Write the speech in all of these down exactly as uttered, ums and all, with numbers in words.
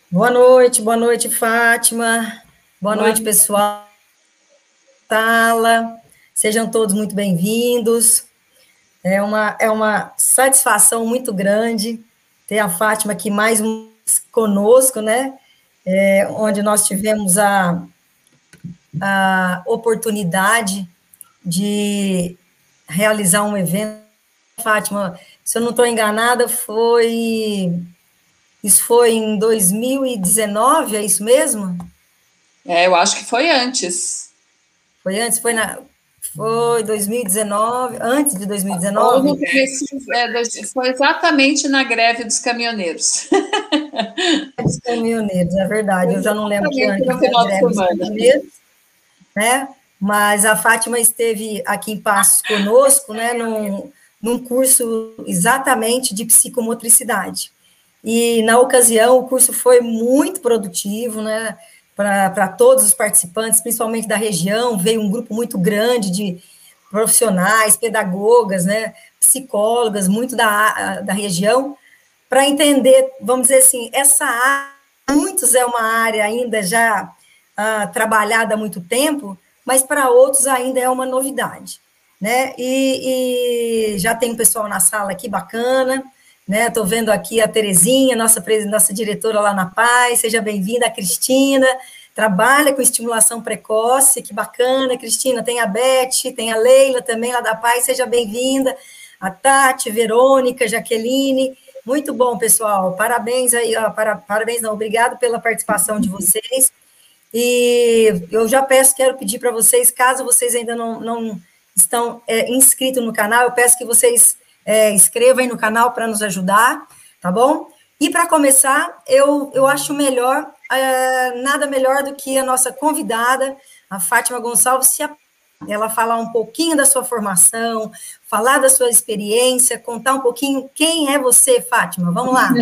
Boa noite, boa noite, Fátima. Boa Boa noite, noite. pessoal. Sala. Sejam todos muito bem-vindos. É uma, é uma satisfação muito grande ter a Fátima aqui mais um conosco, né? É, onde nós tivemos a, a oportunidade de realizar um evento. Fátima, se eu não estou enganada, foi. Isso foi em dois mil e dezenove, é isso mesmo? É, eu acho que foi antes. Foi antes? Foi na. Foi dois mil e dezenove, antes de Ou no dois mil e dezenove? começo, é, dois- foi exatamente na greve dos caminhoneiros. Dos caminhoneiros, é verdade. Eu já não lembro que ano Exatamente que no foi a final de greve dos semana. caminhoneiros, né? Mas a Fátima esteve aqui em Passos conosco, né, num, num curso exatamente de psicomotricidade. E, na ocasião, o curso foi muito produtivo, né, para todos os participantes, principalmente da região. Veio um grupo muito grande de profissionais, pedagogas, né, psicólogas, muito da, da região, para entender, vamos dizer assim, essa área, muitos é uma área ainda já ah, trabalhada há muito tempo, mas para outros ainda é uma novidade, né? E, e já tem um pessoal na sala aqui bacana, né? Estou vendo aqui a Terezinha, nossa, nossa diretora lá na Paz, seja bem-vinda, a Cristina, trabalha com estimulação precoce, que bacana, Cristina, tem a Beth, tem a Leila também lá da Paz, seja bem-vinda, a Tati, Verônica, Jaqueline, muito bom, pessoal, parabéns aí, ó, para, parabéns não, obrigado pela participação de vocês, e eu já peço, quero pedir para vocês, caso vocês ainda não, não estão é, inscritos no canal, eu peço que vocês é, inscrevam aí no canal para nos ajudar, tá bom? E para começar, eu, eu acho melhor, é, nada melhor do que a nossa convidada, a Fátima Gonçalves, se ela falar um pouquinho da sua formação, falar da sua experiência, contar um pouquinho quem é você, Fátima. Vamos lá.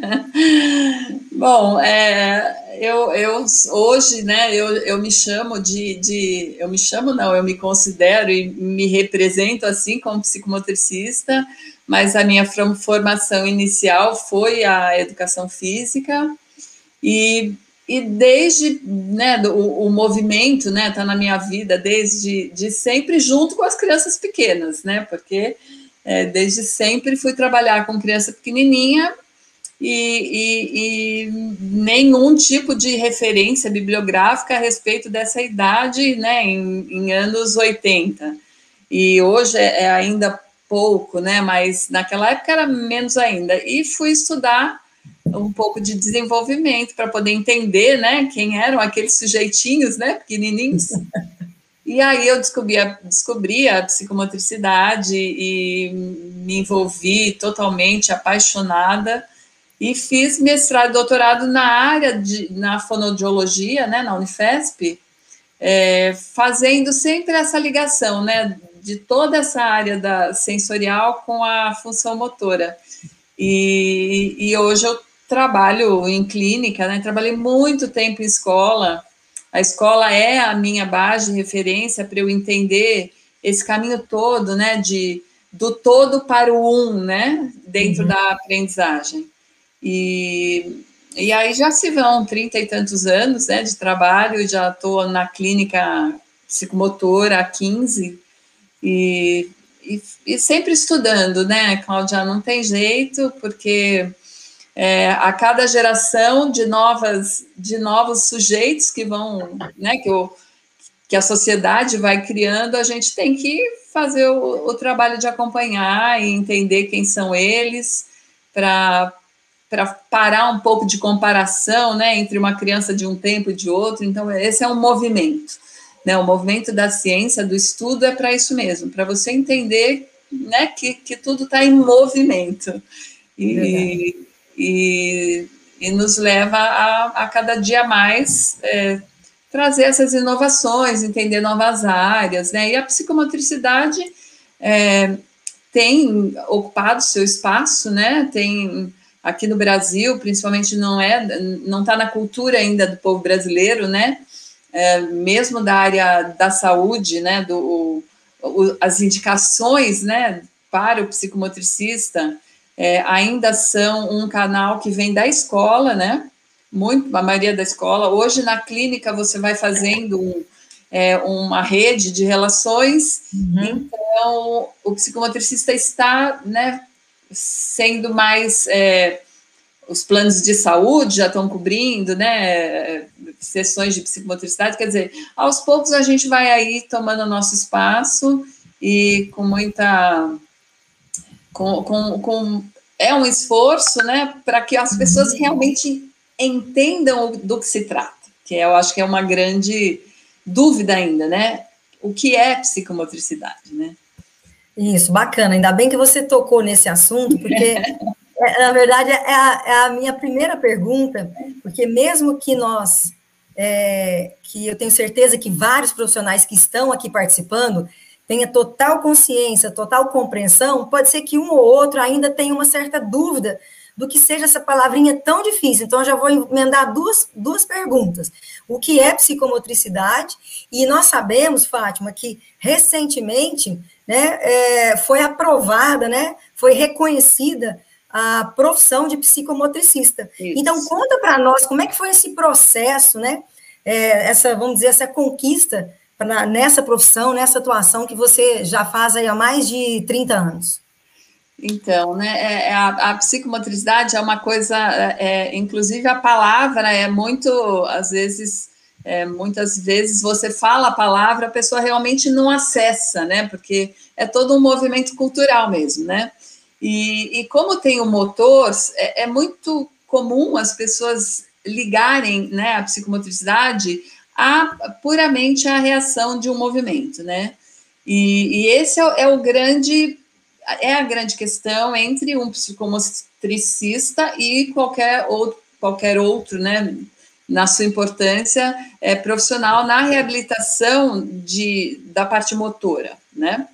Bom, é, eu, eu hoje, né, eu, eu me chamo de, de, eu me chamo não, eu me considero e me represento assim como psicomotricista, mas a minha formação inicial foi a educação física e, e desde, né, o, o movimento, né, tá na minha vida desde de sempre junto com as crianças pequenas, né, porque é, desde sempre fui trabalhar com criança pequenininha e, e, e, nenhum tipo de referência bibliográfica a respeito dessa idade, né, em, em anos oitenta. E hoje é, é ainda pouco, né, mas naquela época era menos ainda. E fui estudar um pouco de desenvolvimento para poder entender, né, quem eram aqueles sujeitinhos, né, pequenininhos. E aí eu descobri a, descobri a psicomotricidade e me envolvi totalmente apaixonada e fiz mestrado e doutorado na área de na fonoaudiologia, né, na Unifesp, é, fazendo sempre essa ligação, né, de toda essa área da sensorial com a função motora. E, e hoje eu trabalho em clínica, né, trabalhei muito tempo em escola. A escola é a minha base de referência para eu entender esse caminho todo, né, de do todo para o um, né, dentro Uhum. da aprendizagem. E, e aí já se vão trinta e tantos anos, né, de trabalho, já estou na clínica psicomotora há quinze, e, e, e sempre estudando, né, Cláudia, não tem jeito, porque é, a cada geração de novas de novos sujeitos que vão, né, que, o, que a sociedade vai criando, a gente tem que fazer o, o trabalho de acompanhar e entender quem são eles, para para parar um pouco de comparação, né, entre uma criança de um tempo e de outro. Então, esse é um movimento, né, o movimento da ciência, do estudo é para isso mesmo, para você entender, né, que, que tudo está em movimento Verdade. e, e, e nos leva a, a cada dia mais é, trazer essas inovações, entender novas áreas, né, e a psicomotricidade é, tem ocupado seu espaço, né, tem aqui no Brasil, principalmente não é, não está na cultura ainda do povo brasileiro, né? É, mesmo da área da saúde, né? Do, o, as indicações, né? Para o psicomotricista é, ainda são um canal que vem da escola, né? muito, a maioria da escola. Hoje, na clínica, você vai fazendo um, é, uma rede de relações, uhum. Então, o psicomotricista está, né, sendo mais... É, os planos de saúde já estão cobrindo, né, sessões de psicomotricidade, quer dizer, aos poucos a gente vai aí tomando o nosso espaço e com muita... Com, com, com, é um esforço, né, para que as pessoas realmente entendam do que se trata, que eu acho que é uma grande dúvida ainda, né, o que é psicomotricidade, né? Isso, bacana, ainda bem que você tocou nesse assunto, porque... Na verdade, é a, é a minha primeira pergunta, porque mesmo que nós, é, que eu tenho certeza que vários profissionais que estão aqui participando tenha total consciência, total compreensão, pode ser que um ou outro ainda tenha uma certa dúvida do que seja essa palavrinha tão difícil. Então, eu já vou emendar duas, duas perguntas. O que é psicomotricidade? E nós sabemos, Fátima, que recentemente, né, é, foi aprovada, né, foi reconhecida a profissão de psicomotricista. Isso. Então, conta para nós como é que foi esse processo, né? É, essa, vamos dizer, essa conquista pra, nessa profissão, nessa atuação que você já faz aí há mais de trinta anos. Então, né, é, a, a psicomotricidade é uma coisa, é, inclusive a palavra é muito, às vezes, é, muitas vezes você fala a palavra, a pessoa realmente não acessa, né? Porque é todo um movimento cultural mesmo, né? E, e como tem o motor, é, é muito comum as pessoas ligarem, né, a psicomotricidade a puramente a reação de um movimento, né? E, e esse é, é o grande, é a grande questão entre um psicomotricista e qualquer outro, qualquer outro, né, na sua importância é, profissional na reabilitação de, da parte motora, né?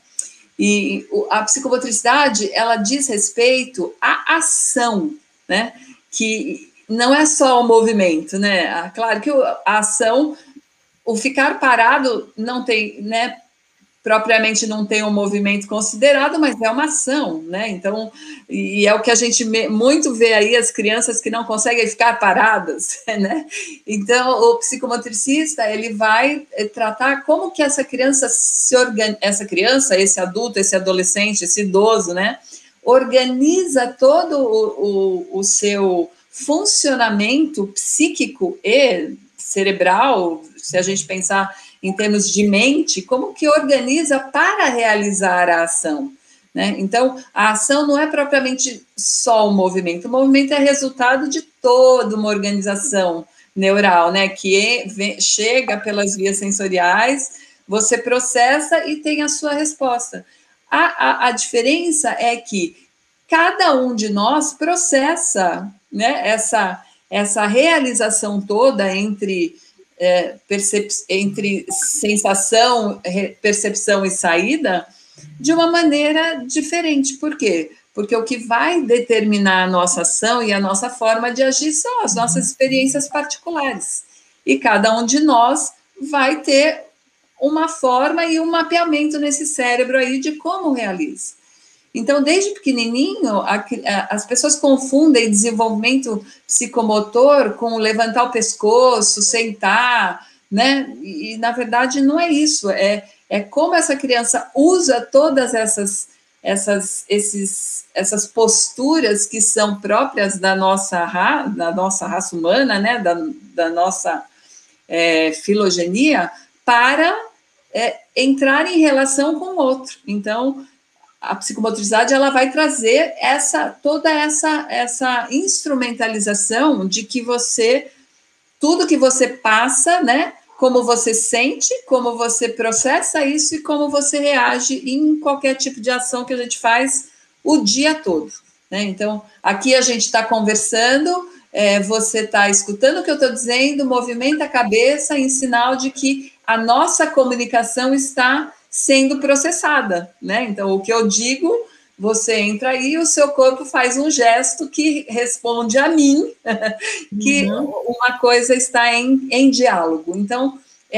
E a psicomotricidade, ela diz respeito à ação, né? Que não é só o movimento, né? Claro que a ação, o ficar parado não tem, né? Propriamente não tem um movimento considerado, mas é uma ação, né? Então, e é o que a gente muito vê aí, as crianças que não conseguem ficar paradas, né? Então, o psicomotricista, ele vai tratar como que essa criança se organiza, essa criança, esse adulto, esse adolescente, esse idoso, né? Organiza todo o, o, o seu funcionamento psíquico e cerebral, se a gente pensar em termos de mente, como que organiza para realizar a ação, né? Então, a ação não é propriamente só o movimento, o movimento é resultado de toda uma organização neural, né? Que vem, chega pelas vias sensoriais, você processa e tem a sua resposta. A, a, a diferença é que cada um de nós processa, né, essa, essa realização toda entre... É, percep entre sensação, percepção e saída de uma maneira diferente. Por quê? Porque o que vai determinar a nossa ação e a nossa forma de agir são as nossas experiências particulares. E cada um de nós vai ter uma forma e um mapeamento nesse cérebro aí de como realiza. Então, desde pequenininho, a, a, as pessoas confundem desenvolvimento psicomotor com levantar o pescoço, sentar, né? E, na verdade, não é isso. É, é como essa criança usa todas essas, essas, esses, essas posturas que são próprias da nossa, ra, da nossa raça humana, né? Da, da nossa é, filogenia, para é, entrar em relação com o outro. Então, a psicomotricidade, ela vai trazer essa, toda essa, essa instrumentalização de que você, tudo que você passa, né, como você sente, como você processa isso e como você reage em qualquer tipo de ação que a gente faz o dia todo, né? Então, aqui a gente está conversando, é, você está escutando o que eu estou dizendo, movimenta a cabeça em sinal de que a nossa comunicação está sendo processada, né? Então, o que eu digo, você entra aí e o seu corpo faz um gesto que responde a mim, que uhum. uma coisa está em, em diálogo. Então,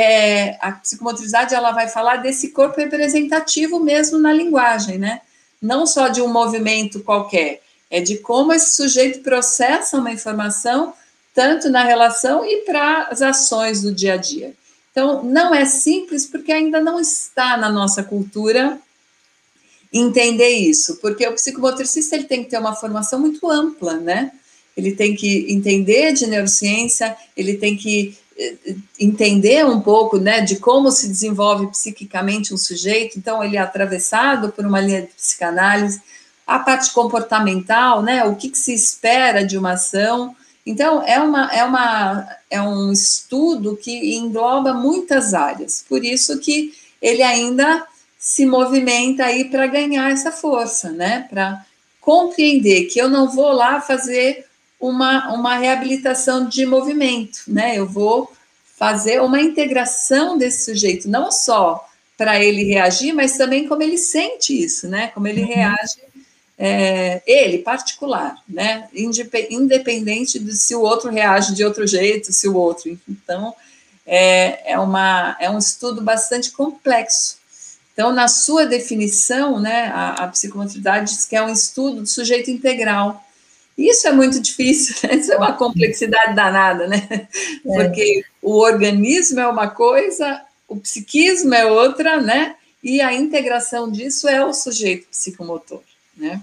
é, a psicomotricidade, ela vai falar desse corpo representativo mesmo na linguagem, né? Não só de um movimento qualquer, é de como esse sujeito processa uma informação tanto na relação e para as ações do dia a dia. Então, não é simples porque ainda não está na nossa cultura entender isso, porque o psicomotricista ele tem que ter uma formação muito ampla, né? Ele tem que entender de neurociência, ele tem que entender um pouco, né, de como se desenvolve psiquicamente um sujeito. Então, ele é atravessado por uma linha de psicanálise, a parte comportamental, né, o que, que se espera de uma ação. Então, é, uma, é, uma, é um estudo que engloba muitas áreas, por isso que ele ainda se movimenta aí para ganhar essa força, né, para compreender que eu não vou lá fazer uma, uma reabilitação de movimento, né, eu vou fazer uma integração desse sujeito, não só para ele reagir, mas também como ele sente isso, né, como ele reage, é, ele, particular, né, independente de se o outro reage de outro jeito, se o outro, então, é, é, uma, é um estudo bastante complexo. Então, na sua definição, né, a, a psicomotricidade diz que é um estudo do sujeito integral. Isso é muito difícil, né? Isso é uma complexidade danada, né? Porque o organismo é uma coisa, o psiquismo é outra, né? E a integração disso é o sujeito psicomotor, né?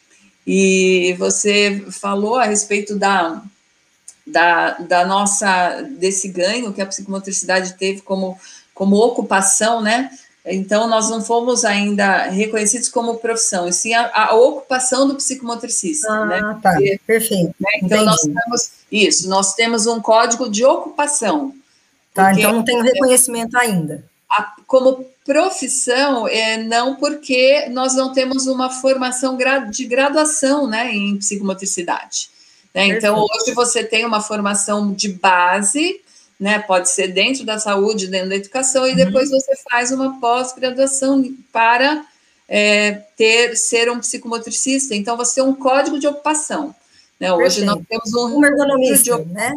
E você falou a respeito da, da, da nossa, desse ganho que a psicomotricidade teve como, como ocupação, né? Então, nós não fomos ainda reconhecidos como profissão, e sim a, a ocupação do psicomotricista. Ah, né? tá, e, perfeito. Né? Então, nós temos isso, nós temos um código de ocupação. Tá, então não tem o reconhecimento ainda. A, como profissão, é, não, porque nós não temos uma formação de graduação, né, em psicomotricidade. Né? Então, hoje você tem uma formação de base, né, pode ser dentro da saúde, dentro da educação, e depois uhum. você faz uma pós-graduação para é, ter, ser um psicomotricista. Então, você tem um código de ocupação. Né? Hoje nós temos um... Como ergonomista, de... né?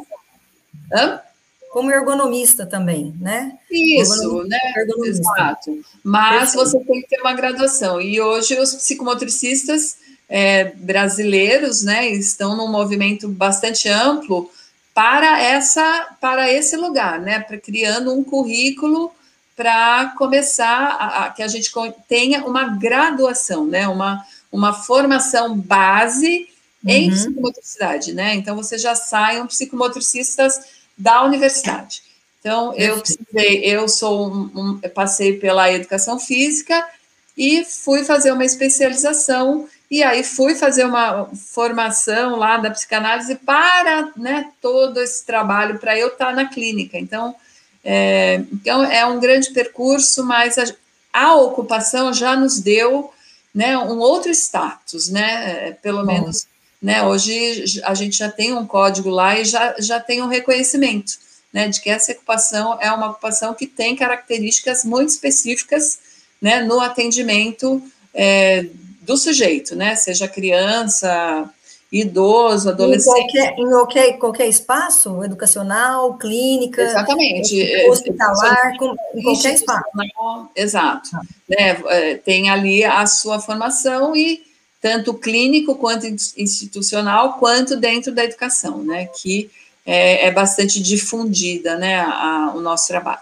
Hã? Como ergonomista também, né? Isso, né? Exato. Mas Perfeito. Você tem que ter uma graduação. E hoje os psicomotricistas é, brasileiros, né, estão num movimento bastante amplo para, essa, para esse lugar, né, para criando um currículo para começar a, a que a gente tenha uma graduação, né, uma, uma formação base uhum. em psicomotricidade, né, então você já sai um psicomotricistas da universidade. Então, eu precisei, eu sou um, um, eu passei pela educação física e fui fazer uma especialização, e aí fui fazer uma formação lá da psicanálise para, né, todo esse trabalho, para eu estar na clínica. Então, é, então, é um grande percurso, mas a, a ocupação já nos deu, né, um outro status, né, pelo Bom. menos, né, hoje a gente já tem um código lá e já, já tem um reconhecimento, né, de que essa ocupação é uma ocupação que tem características muito específicas, né, no atendimento é, do sujeito, né, seja criança, idoso, adolescente. Em qualquer, em qualquer, qualquer espaço, educacional, clínica, exatamente, hospitalar, com, em qualquer espaço. Exato. Ah. Né, tem ali a sua formação, e tanto clínico, quanto institucional, quanto dentro da educação, né, que é, é bastante difundida, né, a, a, o nosso trabalho.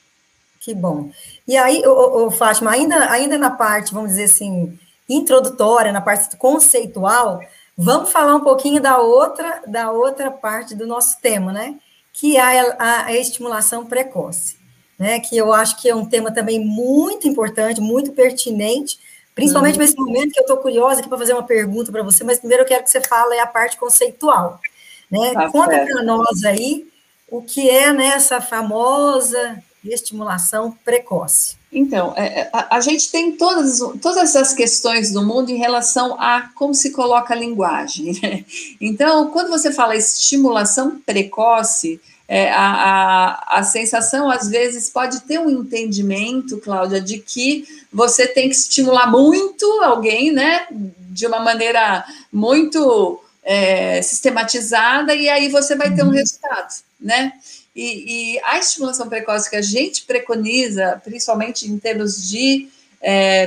Que bom. E aí, ô, ô, Fátima, ainda, ainda na parte, vamos dizer assim, introdutória, na parte conceitual, vamos falar um pouquinho da outra, da outra parte do nosso tema, né, que é a, a estimulação precoce, né, que eu acho que é um tema também muito importante, muito pertinente, principalmente uhum. nesse momento que eu estou curiosa aqui para fazer uma pergunta para você, mas primeiro eu quero que você fale a parte conceitual. Né? Tá Conta para nós aí o que é, né, essa famosa estimulação precoce. Então, a, a gente tem todas, todas as questões do mundo em relação a como se coloca a linguagem. Né? Então, quando você fala estimulação precoce, é, a, a, a sensação, às vezes, pode ter um entendimento, Cláudia, de que você tem que estimular muito alguém, né, de uma maneira muito... É, sistematizada, e aí você vai ter um resultado, né? E, e a estimulação precoce que a gente preconiza, principalmente em termos de é,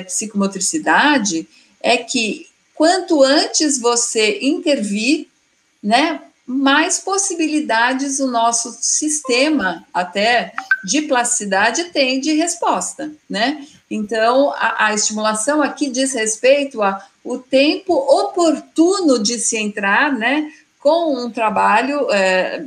psicomotricidade, é que quanto antes você intervir, né, mais possibilidades o nosso sistema, até de plasticidade, tem de resposta, né? Então, a, a estimulação aqui diz respeito ao tempo oportuno de se entrar, né, com um trabalho, é,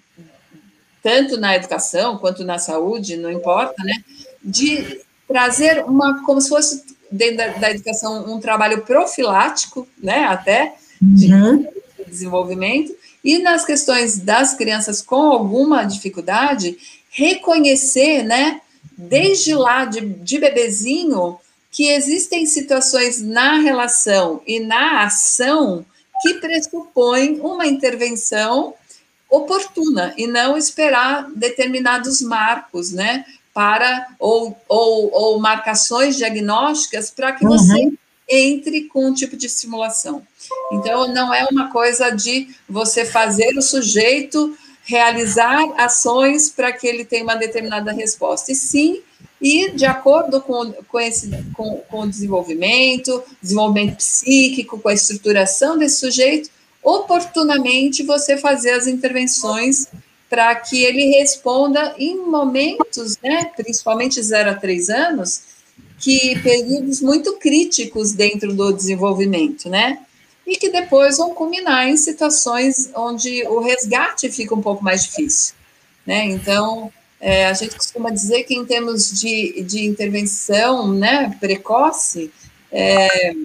tanto na educação quanto na saúde, não importa, né, de trazer uma, como se fosse dentro da, da educação, um trabalho profilático, né, até, de uhum. desenvolvimento, e nas questões das crianças com alguma dificuldade, reconhecer, né, desde lá, de, de bebezinho, que existem situações na relação e na ação que pressupõem uma intervenção oportuna, e não esperar determinados marcos, né, para, ou, ou, ou marcações diagnósticas para que você uhum. entre com um tipo de estimulação. Então, não é uma coisa de você fazer o sujeito realizar ações para que ele tenha uma determinada resposta, e sim, e de acordo com, com, esse, com, com o desenvolvimento, desenvolvimento psíquico, com a estruturação desse sujeito, oportunamente você fazer as intervenções para que ele responda em momentos, né, principalmente zero a três anos, que períodos muito críticos dentro do desenvolvimento, né? E que depois vão culminar em situações onde o resgate fica um pouco mais difícil, né? Então, é, a gente costuma dizer que em termos de, de intervenção, né, precoce, é,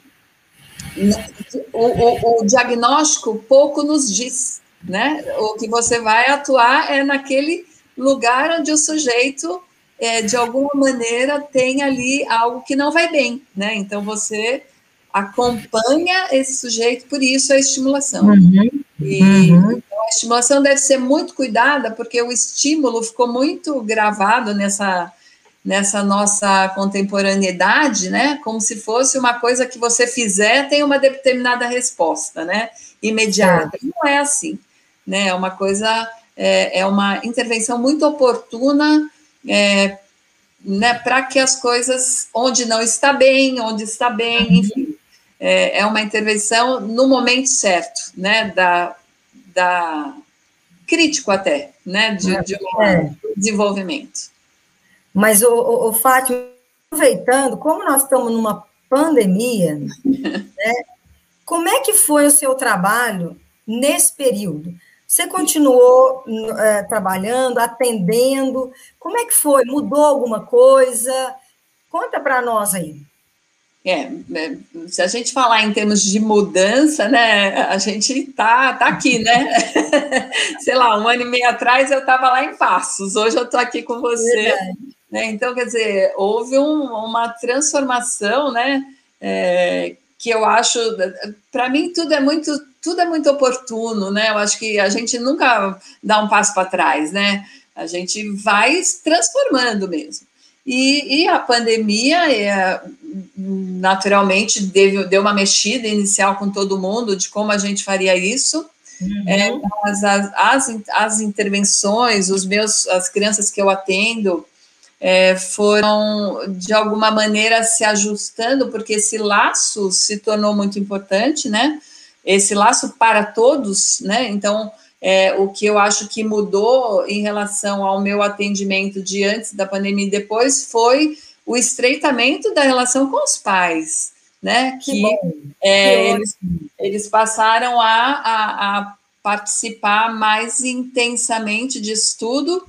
o, o, o diagnóstico pouco nos diz, né? O que você vai atuar é naquele lugar onde o sujeito, é, de alguma maneira, tem ali algo que não vai bem, né? Então, você acompanha esse sujeito, por isso a estimulação. Uhum, e uhum. Então, a estimulação deve ser muito cuidada, porque o estímulo ficou muito gravado nessa, nessa nossa contemporaneidade, né? Como se fosse uma coisa que você fizer tem uma determinada resposta, né? Imediata. É. Não é assim, né? É uma coisa, é, é uma intervenção muito oportuna, é, né, para que as coisas, onde não está bem, onde está bem, enfim, é, é uma intervenção no momento certo, né, da, da crítico até, né, de, de um é. desenvolvimento. Mas, o, o, o Fátima, aproveitando, como nós estamos numa pandemia, né, como é que foi o seu trabalho nesse período? Você continuou é, trabalhando, atendendo? Como é que foi? Mudou alguma coisa? Conta para nós aí. É, se a gente falar em termos de mudança, né, a gente tá, tá aqui, né? Sei lá, um ano e meio atrás eu estava lá em Passos, hoje eu estou aqui com você. Né? Então, quer dizer, houve um, uma transformação, né? É, que eu acho, para mim, tudo é muito, tudo é muito oportuno, né? Eu acho que a gente nunca dá um passo para trás, né? A gente vai transformando mesmo. E, e a pandemia, é, naturalmente, deu, deu uma mexida inicial com todo mundo de como a gente faria isso. Uhum. É, as, as, as intervenções, os meus, as crianças que eu atendo, é, foram, de alguma maneira, se ajustando, porque esse laço se tornou muito importante, né? Esse laço para todos, né? Então, é, o que eu acho que mudou em relação ao meu atendimento de antes da pandemia e depois foi o estreitamento da relação com os pais, né? Que, que, é, que eles, eles passaram a, a, a participar mais intensamente de estudo.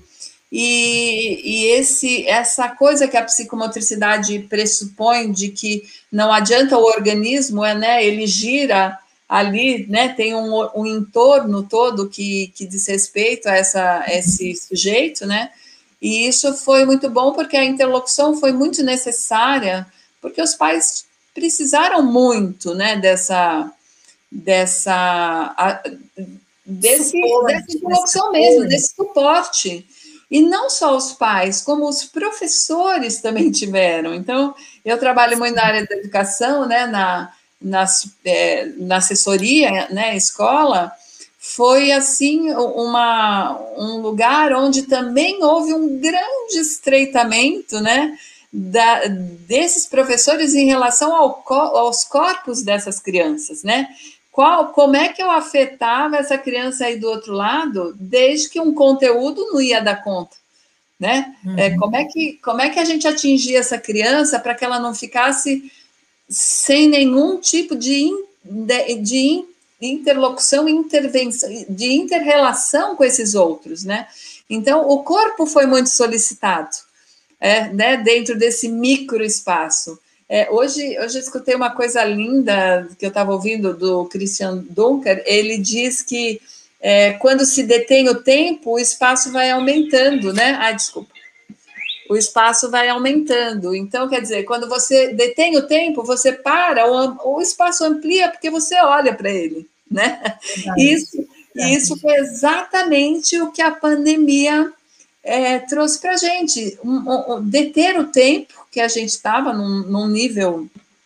E, e esse, essa coisa que a psicomotricidade pressupõe de que não adianta o organismo, é, né, ele gira ali, né, tem um, um entorno todo que, que diz respeito a essa, esse sujeito, né, e isso foi muito bom porque a interlocução foi muito necessária, porque os pais precisaram muito, né, dessa, dessa, a, desse, suporte, dessa interlocução mesmo, desse suporte. E não só os pais, como os professores também tiveram. Então, eu trabalho muito na área da educação, né, na, na, é, na assessoria, né, escola, foi, assim, uma, um lugar onde também houve um grande estreitamento, né, da, desses professores em relação ao, aos corpos dessas crianças, né, qual, como é que eu afetava essa criança aí do outro lado, desde que um conteúdo não ia dar conta, né? Uhum. É, como, é que, como é que a gente atingia essa criança para que ela não ficasse sem nenhum tipo de, de, de interlocução, intervenção, de inter-relação com esses outros, né? Então, o corpo foi muito solicitado, é, né, dentro desse microespaço. É, hoje, hoje eu escutei uma coisa linda que eu estava ouvindo do Christian Dunker. Ele diz que é, quando se detém o tempo, o espaço vai aumentando, né? Ah, desculpa. O espaço vai aumentando. Então, quer dizer, quando você detém o tempo, você para, o, o espaço amplia porque você olha para ele, né? Verdade. Isso, Verdade. Isso foi exatamente o que a pandemia é, trouxe para a gente. Um, um, deter o tempo, que a gente estava num, num nível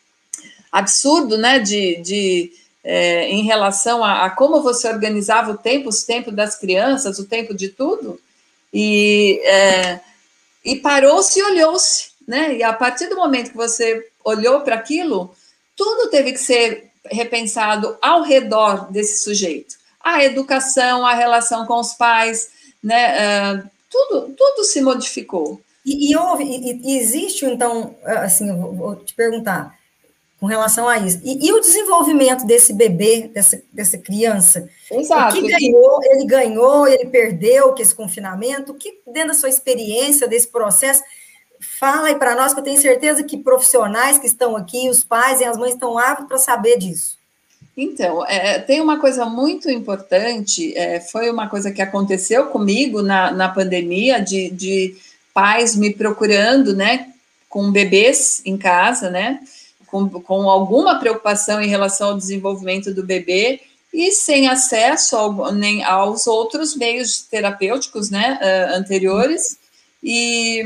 absurdo, né, de, de, é, em relação a, a como você organizava o tempo, os tempos das crianças, o tempo de tudo, e... É, E parou-se e olhou-se, né? E a partir do momento que você olhou para aquilo, tudo teve que ser repensado ao redor desse sujeito. A educação, a relação com os pais, né? Uh, tudo, tudo se modificou. E, e, houve, e, e existe, então, assim, eu vou, vou te perguntar, com relação a isso. E, e o desenvolvimento desse bebê, dessa, dessa criança? Exato. O que ganhou, ele ganhou, ele perdeu com esse confinamento? O que, dentro da sua experiência, desse processo, fala aí para nós, que eu tenho certeza que profissionais que estão aqui, os pais e as mães estão ávidos para saber disso. Então, é, tem uma coisa muito importante, é, foi uma coisa que aconteceu comigo na, na pandemia, de, de pais me procurando, né, com bebês em casa, né, Com, com alguma preocupação em relação ao desenvolvimento do bebê e sem acesso ao, nem aos outros meios terapêuticos, né, uh, anteriores. E,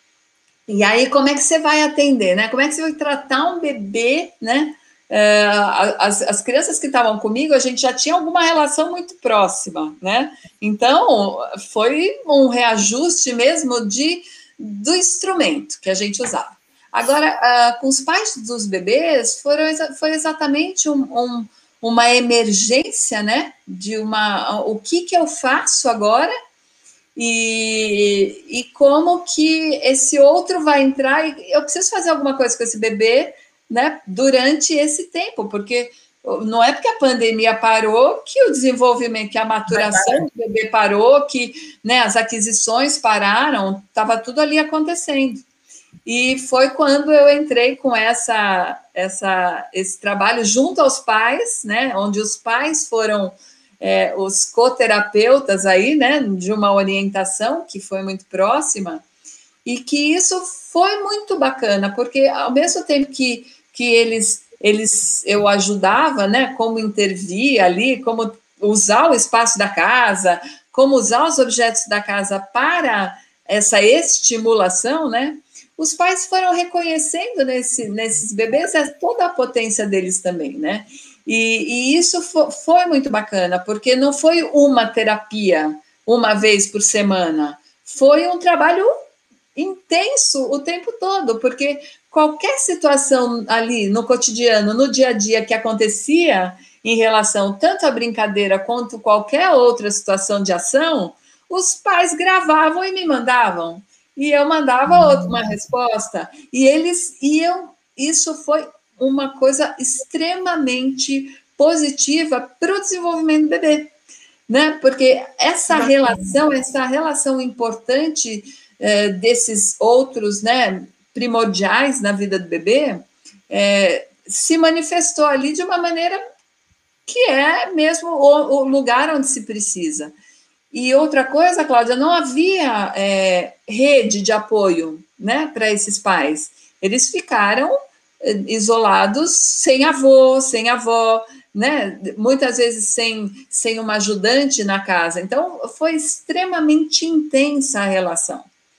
e aí, como é que você vai atender, né? Como é que você vai tratar um bebê, né? Uh, as, as crianças que estavam comigo, a gente já tinha alguma relação muito próxima, né? Então, foi um reajuste mesmo de, do instrumento que a gente usava. Agora, uh, com os pais dos bebês, foram, foi exatamente um, um, uma emergência, né? De uma, o que, que eu faço agora e, e como que esse outro vai entrar. E eu preciso fazer alguma coisa com esse bebê, né? Durante esse tempo, porque não é porque a pandemia parou que o desenvolvimento, que a maturação do bebê parou, que, né, as aquisições pararam, estava tudo ali acontecendo. E foi quando eu entrei com essa, essa, esse trabalho junto aos pais, né, onde os pais foram é, os coterapeutas aí, né, de uma orientação que foi muito próxima, e que isso foi muito bacana, porque ao mesmo tempo que, que eles, eles, eu ajudava, né, como intervir ali, como usar o espaço da casa, como usar os objetos da casa para essa estimulação, né, os pais foram reconhecendo nesse, nesses bebês toda a potência deles também, né? E, e isso foi, foi muito bacana, porque não foi uma terapia uma vez por semana, foi um trabalho intenso o tempo todo, porque qualquer situação ali no cotidiano, no dia a dia que acontecia em relação tanto à brincadeira quanto qualquer outra situação de ação, os pais gravavam e me mandavam. E eu mandava outra, uma resposta, e eles iam, isso foi uma coisa extremamente positiva para o desenvolvimento do bebê, né? Porque essa relação, essa relação importante é, desses outros, né, primordiais na vida do bebê, é, se manifestou ali de uma maneira que é mesmo o, o lugar onde se precisa. E outra coisa, Cláudia, não havia é, rede de apoio, né, para esses pais. Eles ficaram é, isolados, sem avô, sem avó, né, muitas vezes sem, sem uma ajudante na casa. Então, foi extremamente intensa a relação.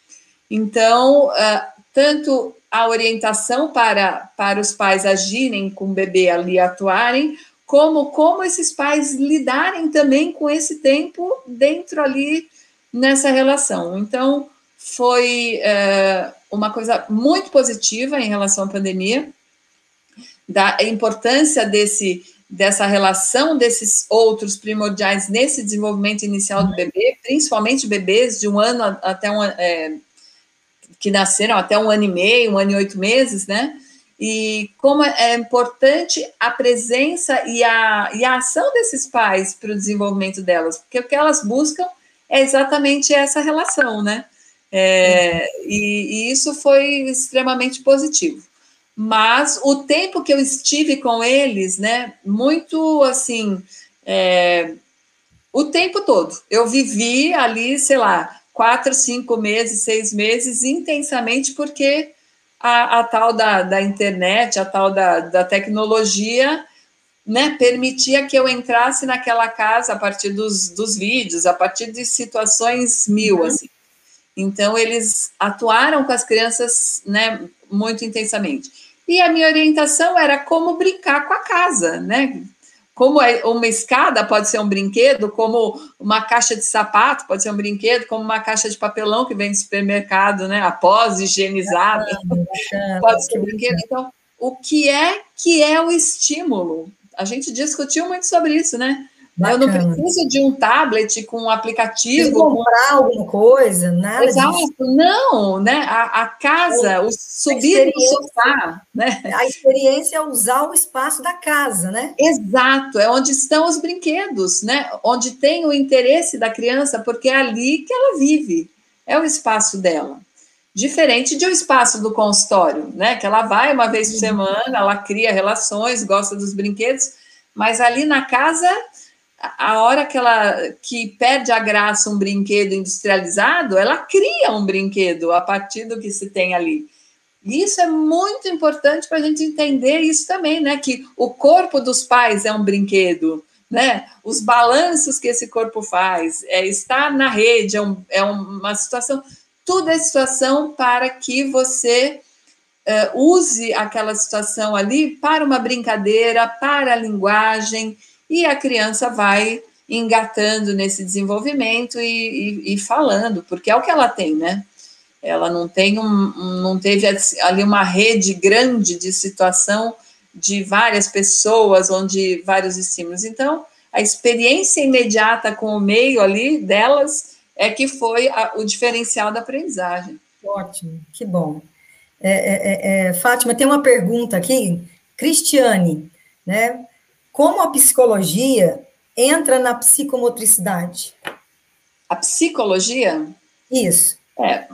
Então, uh, tanto a orientação para, para os pais agirem com o bebê ali, atuarem, como como esses pais lidarem também com esse tempo dentro ali nessa relação. Então, foi é, uma coisa muito positiva em relação à pandemia, da importância desse, dessa relação desses outros primordiais nesse desenvolvimento inicial do bebê, principalmente bebês de um ano até um é, que nasceram até um ano e meio, um ano e oito meses, né? E como é importante a presença e a, e a ação desses pais para o desenvolvimento delas, porque o que elas buscam é exatamente essa relação, né? É, e, e isso foi extremamente positivo. Mas o tempo que eu estive com eles, né, muito assim, é, o tempo todo, eu vivi ali, sei lá, quatro, cinco meses, seis meses, intensamente, porque a, a tal da, da internet, a tal da, da tecnologia, né, permitia que eu entrasse naquela casa a partir dos, dos vídeos, a partir de situações mil, uhum. assim. Então, eles atuaram com as crianças, né, muito intensamente. E a minha orientação era como brincar com a casa, né? Como uma escada pode ser um brinquedo, como uma caixa de sapato pode ser um brinquedo, como uma caixa de papelão que vem do supermercado, né? Após higienizada, ah, pode ser um brinquedo. Então, o que é que é o estímulo? A gente discutiu muito sobre isso, né? Bacana. Eu não preciso de um tablet com um aplicativo. Preciso comprar com... alguma coisa, nada Exato, disso. Não, né? A, a casa, o subir no sofá, né? A experiência é usar o espaço da casa, né? Exato, é onde estão os brinquedos, né? Onde tem o interesse da criança, porque é ali que ela vive, é o espaço dela. Diferente de um espaço do consultório, né? Que ela vai uma vez por semana, ela cria relações, gosta dos brinquedos, mas ali na casa, a hora que ela que perde a graça um brinquedo industrializado, ela cria um brinquedo a partir do que se tem ali. E isso é muito importante para a gente entender isso também, né? Que o corpo dos pais é um brinquedo, né? Os balanços que esse corpo faz, é estar na rede, é, um, é uma situação, tudo é situação para que você uh, use aquela situação ali para uma brincadeira, para a linguagem, e a criança vai engatando nesse desenvolvimento e, e, e falando, porque é o que ela tem, né? Ela não tem um, não teve ali uma rede grande de situação de várias pessoas, onde vários estímulos. Então, a experiência imediata com o meio ali delas é que foi a, o diferencial da aprendizagem. Ótimo, que bom. É, é, é, Fátima, tem uma pergunta aqui, Cristiane, né? Como a psicologia entra na psicomotricidade? A psicologia? Isso. É,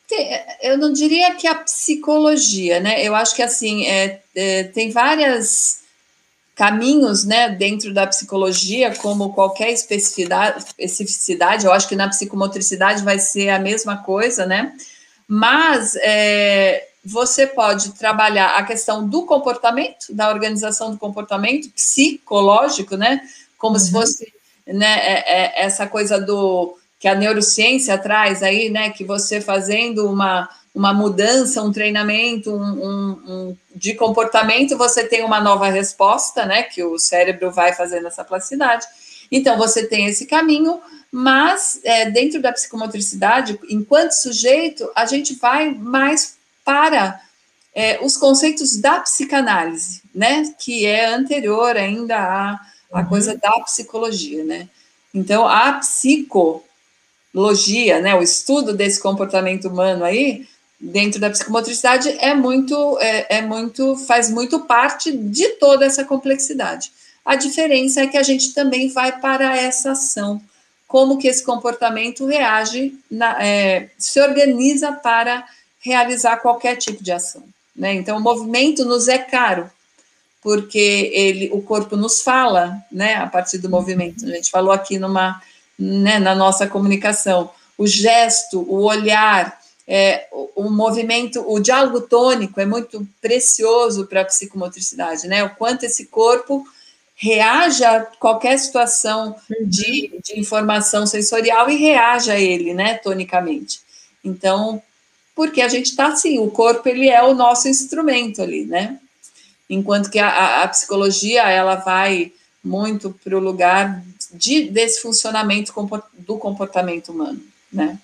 eu não diria que a psicologia, né? Eu acho que assim é, é, tem vários caminhos, né, dentro da psicologia, como qualquer especificidade, especificidade. Eu acho que na psicomotricidade vai ser a mesma coisa, né? Mas é, você pode trabalhar a questão do comportamento, da organização do comportamento psicológico, né? Como uhum. se fosse, né, é, é, essa coisa do que a neurociência traz aí, né, que você fazendo uma, uma mudança, um treinamento um, um, um, de comportamento, você tem uma nova resposta, né, que o cérebro vai fazendo essa plasticidade. Então, você tem esse caminho, mas é, dentro da psicomotricidade, enquanto sujeito, a gente vai mais para é, os conceitos da psicanálise, né, que é anterior ainda à, à uhum. coisa da psicologia, né. Então, a psico logia, né, o estudo desse comportamento humano aí, dentro da psicomotricidade, é muito, é, é muito, faz muito parte de toda essa complexidade. A diferença é que a gente também vai para essa ação, como que esse comportamento reage, na, é, se organiza para realizar qualquer tipo de ação, né? Então, o movimento nos é caro, porque ele, o corpo nos fala, né, a partir do movimento. A gente falou aqui numa Né, na nossa comunicação, o gesto, o olhar, é, o, o movimento, o diálogo tônico é muito precioso para a psicomotricidade, né? O quanto esse corpo reage a qualquer situação de, de informação sensorial e reage a ele, né, tonicamente. Então, porque a gente está assim, o corpo ele é o nosso instrumento ali, né? Enquanto que a, a psicologia ela vai muito para o lugar de, desse funcionamento do comportamento humano, né?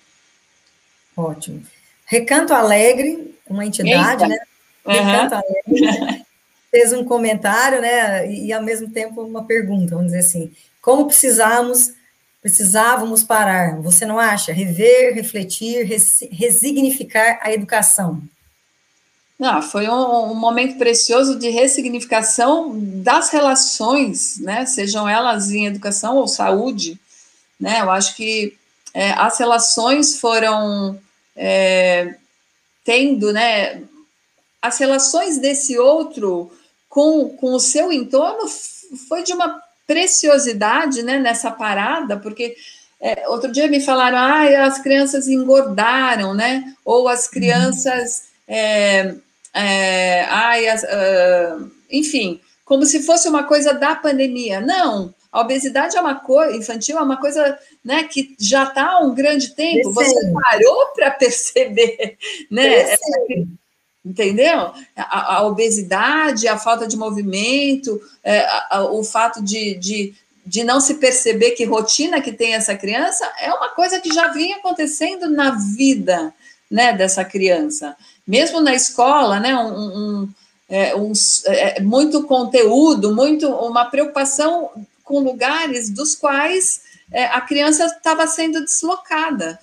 Ótimo. Recanto Alegre, uma entidade, Eita. né? Recanto uhum. Alegre. fez um comentário, né, e, e ao mesmo tempo uma pergunta, vamos dizer assim, como precisamos, precisávamos parar, você não acha? Rever, refletir, res, resignificar a educação. Não, foi um, um momento precioso de ressignificação das relações, né, sejam elas em educação ou saúde, né, eu acho que é, as relações foram é, tendo, né, as relações desse outro com, com o seu entorno foi de uma preciosidade, né, nessa parada, porque é, outro dia me falaram, ah, as crianças engordaram, né, ou as crianças, é, é, ai, as, uh, enfim, como se fosse uma coisa da pandemia. Não, a obesidade é uma coisa, infantil é uma coisa, né, que já está há um grande tempo, você parou para perceber, né, essa, entendeu? A, a obesidade, a falta de movimento, é, a, a, o fato de, de, de não se perceber que rotina que tem essa criança é uma coisa que já vinha acontecendo na vida, né, dessa criança. Mesmo na escola, né, um, um, é, um, é, muito conteúdo, muito, uma preocupação com lugares dos quais é, a criança estava sendo deslocada.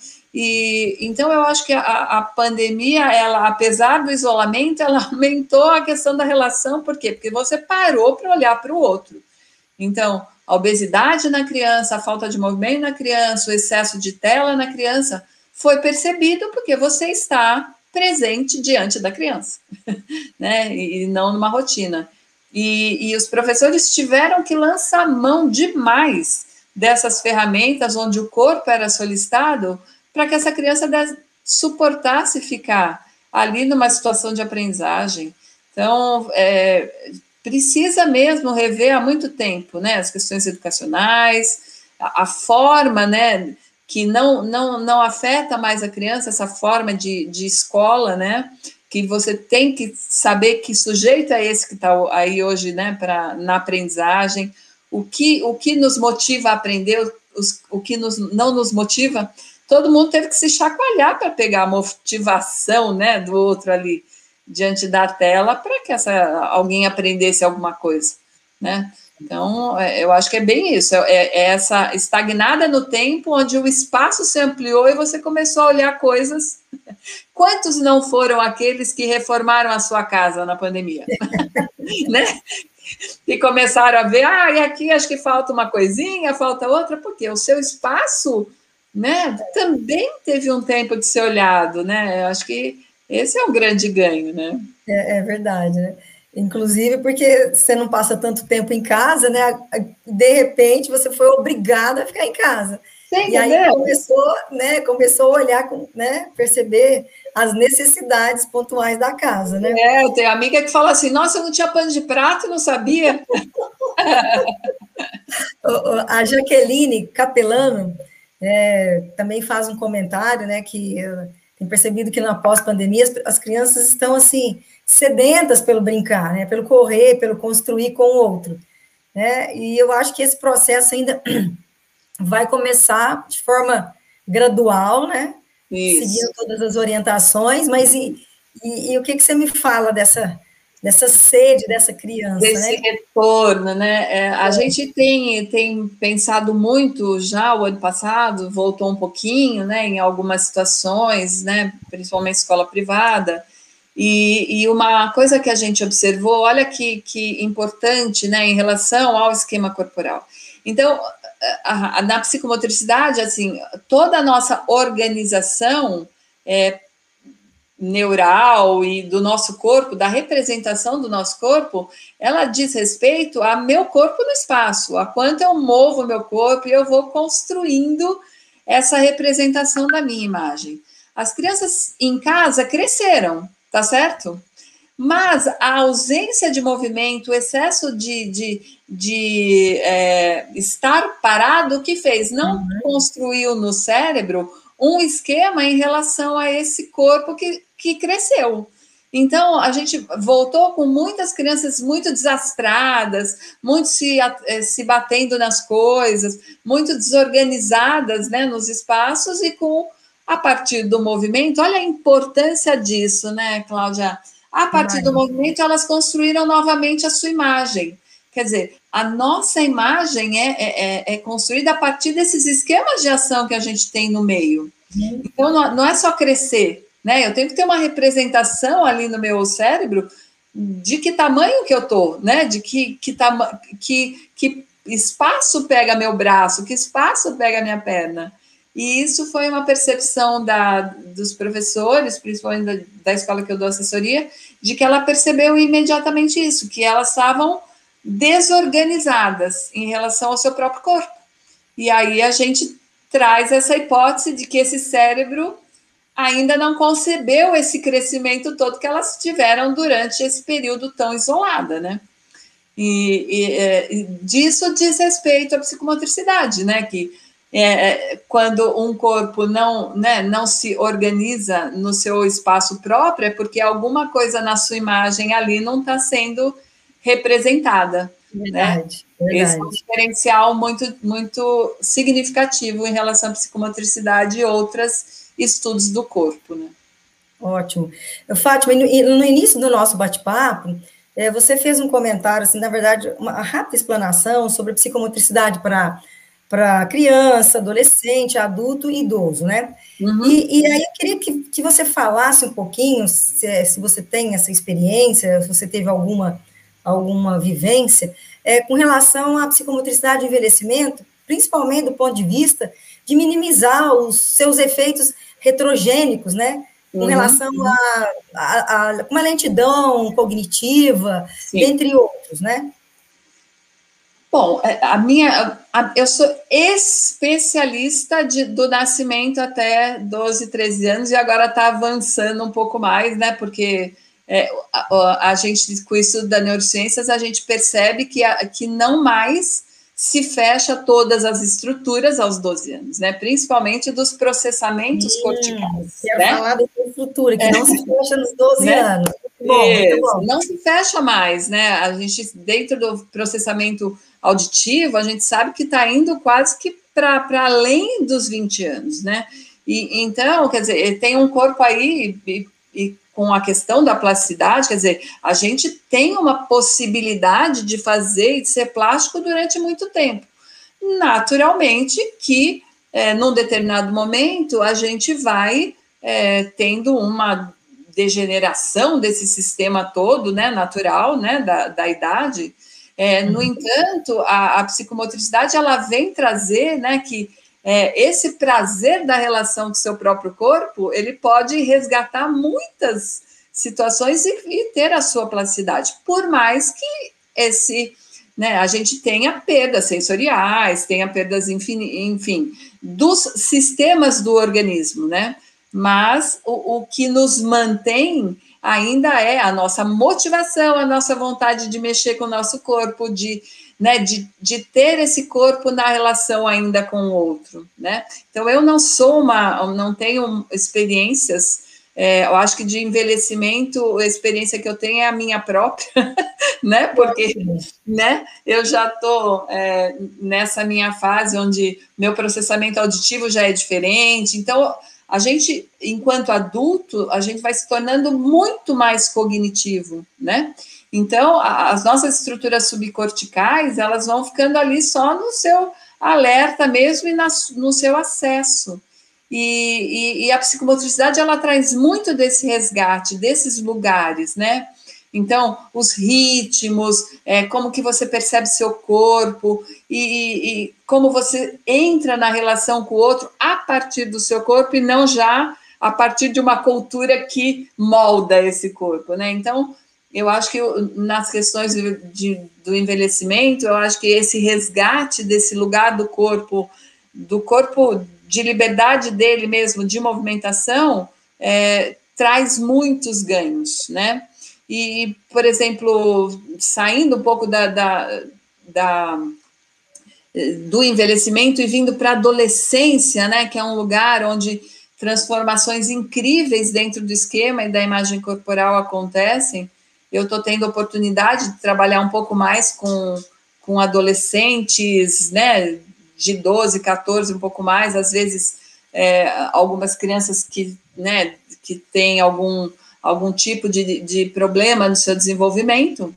E, então, eu acho que a, a pandemia, ela, apesar do isolamento, ela aumentou a questão da relação, por quê? Porque você parou para olhar para o outro. Então, a obesidade na criança, a falta de movimento na criança, o excesso de tela na criança, foi percebido porque você está presente diante da criança, né? E não numa rotina. E, e os professores tiveram que lançar mão demais dessas ferramentas onde o corpo era solicitado para que essa criança suportasse ficar ali numa situação de aprendizagem. Então, é, precisa mesmo rever há muito tempo, né, as questões educacionais, a, a forma, né, que não, não, não afeta mais a criança, essa forma de, de escola, né, que você tem que saber que sujeito é esse que está aí hoje, né, pra, na aprendizagem, o que, o que nos motiva a aprender, os, o que nos, não nos motiva. Todo mundo teve que se chacoalhar para pegar a motivação, né, do outro ali diante da tela para que essa, alguém aprendesse alguma coisa, né? Então, eu acho que é bem isso, é, é essa estagnada no tempo onde o espaço se ampliou e você começou a olhar coisas. Quantos não foram aqueles que reformaram a sua casa na pandemia? Né? E começaram a ver, ah, e aqui acho que falta uma coisinha, falta outra, porque o seu espaço, né, também teve um tempo de ser olhado, né? Eu acho que esse é um grande ganho, né? É, é verdade, né? Inclusive porque você não passa tanto tempo em casa, né? De repente você foi obrigado a ficar em casa. Sim, e aí começou, né? Começou a olhar, né? Perceber as necessidades pontuais da casa, né? É, eu tenho amiga que fala assim, nossa, eu não tinha pano de prato, não sabia. A Jaqueline Capelano é, também faz um comentário, né? Que tem percebido que na pós-pandemia as, as crianças estão assim sedentas pelo brincar, né? Pelo correr, pelo construir com o outro, né? E eu acho que esse processo ainda vai começar de forma gradual, né? Isso. Seguindo todas as orientações, mas e, e, e o que, que você me fala dessa, dessa sede dessa criança, desse né? retorno, né? É, a é. gente tem, tem pensado muito já o ano passado, voltou um pouquinho, né? Em algumas situações, né? Principalmente escola privada. E, e uma coisa que a gente observou, olha que, que importante, né? Em relação ao esquema corporal. Então, a, a, na psicomotricidade, assim, toda a nossa organização é, neural e do nosso corpo, da representação do nosso corpo, ela diz respeito a meu corpo no espaço, a quanto eu movo meu corpo e eu vou construindo essa representação da minha imagem. As crianças em casa cresceram, tá certo? Mas a ausência de movimento, o excesso de, de, de é, estar parado, o que fez? Não uhum. construiu no cérebro um esquema em relação a esse corpo que, que cresceu. Então, a gente voltou com muitas crianças muito desastradas, muito se, se batendo nas coisas, muito desorganizadas, né, nos espaços, e com, a partir do movimento, olha a importância disso, né, Cláudia? A partir Imagem. do movimento, elas construíram novamente a sua imagem. Quer dizer, a nossa imagem é, é, é construída a partir desses esquemas de ação que a gente tem no meio. Uhum. Então, não, não é só crescer, né? Eu tenho que ter uma representação ali no meu cérebro de que tamanho que eu tô, né? De que, que, tama que, que espaço pega meu braço, que espaço pega minha perna. E isso foi uma percepção da, dos professores, principalmente da, da escola que eu dou assessoria, de que ela percebeu imediatamente isso, que elas estavam desorganizadas em relação ao seu próprio corpo. E aí a gente traz essa hipótese de que esse cérebro ainda não concebeu esse crescimento todo que elas tiveram durante esse período tão isolada, né? E, e, e disso diz respeito à psicomotricidade, né? Que é, quando um corpo não, né, não se organiza no seu espaço próprio, é porque alguma coisa na sua imagem ali não está sendo representada. Verdade, né? verdade. Esse é um diferencial muito, muito significativo em relação à psicomotricidade e outros estudos do corpo. Né? Ótimo. Fátima, no, no início do nosso bate-papo, é, você fez um comentário, assim, na verdade, uma rápida explanação sobre psicomotricidade para para criança, adolescente, adulto e idoso, né? Uhum. E, e aí eu queria que, que você falasse um pouquinho, se, se você tem essa experiência, se você teve alguma, alguma vivência, é, com relação à psicomotricidade e envelhecimento, principalmente do ponto de vista de minimizar os seus efeitos retrogênicos, né? Com relação uhum. a, a, a uma lentidão cognitiva, Sim. dentre outros, né? Bom, a minha, a, eu sou especialista de, do nascimento até doze, treze anos e agora está avançando um pouco mais, né? Porque é, a, a gente, com isso da neurociências, a gente percebe que, a, que não mais se fecha todas as estruturas aos doze anos, né? Principalmente dos processamentos hum, corticais. Quero né? falar da estrutura, que é. não se fecha nos doze né? anos. Muito bom, muito bom. Não se fecha mais, né? A gente, dentro do processamento auditivo, a gente sabe que está indo quase que para além dos vinte anos, né? E, então, quer dizer, tem um corpo aí, e, e com a questão da plasticidade, quer dizer, a gente tem uma possibilidade de fazer e de ser plástico durante muito tempo. Naturalmente que, é, num determinado momento, a gente vai é, tendo uma degeneração desse sistema todo, né, natural, né, da, da idade. É, no entanto, a, a psicomotricidade, ela vem trazer, né, que é, esse prazer da relação com o seu próprio corpo, ele pode resgatar muitas situações e, e ter a sua plasticidade, por mais que esse, né, a gente tenha perdas sensoriais, tenha perdas, enfim, enfim, dos sistemas do organismo, né, mas o, o que nos mantém ainda é a nossa motivação, a nossa vontade de mexer com o nosso corpo, de, né, de, de ter esse corpo na relação ainda com o outro, né? Então, eu não sou uma, não tenho experiências, é, eu acho que de envelhecimento, a experiência que eu tenho é a minha própria, né? Porque, né, eu já estou é, nessa minha fase onde meu processamento auditivo já é diferente, então... A gente, enquanto adulto, a gente vai se tornando muito mais cognitivo, né? Então, as nossas estruturas subcorticais, elas vão ficando ali só no seu alerta mesmo e na, no seu acesso. E, e, e a psicomotricidade, ela traz muito desse resgate, desses lugares, né? Então, os ritmos, é, como que você percebe seu corpo e, e como você entra na relação com o outro a partir do seu corpo e não já a partir de uma cultura que molda esse corpo, né? Então, eu acho que nas questões de, de, do envelhecimento, eu acho que esse resgate desse lugar do corpo, do corpo de liberdade dele mesmo, de movimentação, é, traz muitos ganhos, né? E, por exemplo, saindo um pouco da, da, da, do envelhecimento e vindo para a adolescência, né, que é um lugar onde transformações incríveis dentro do esquema e da imagem corporal acontecem, eu estou tendo a oportunidade de trabalhar um pouco mais com, com adolescentes, né, de doze, quatorze, um pouco mais, às vezes é, algumas crianças que, né, que têm algum... algum tipo de, de problema no seu desenvolvimento,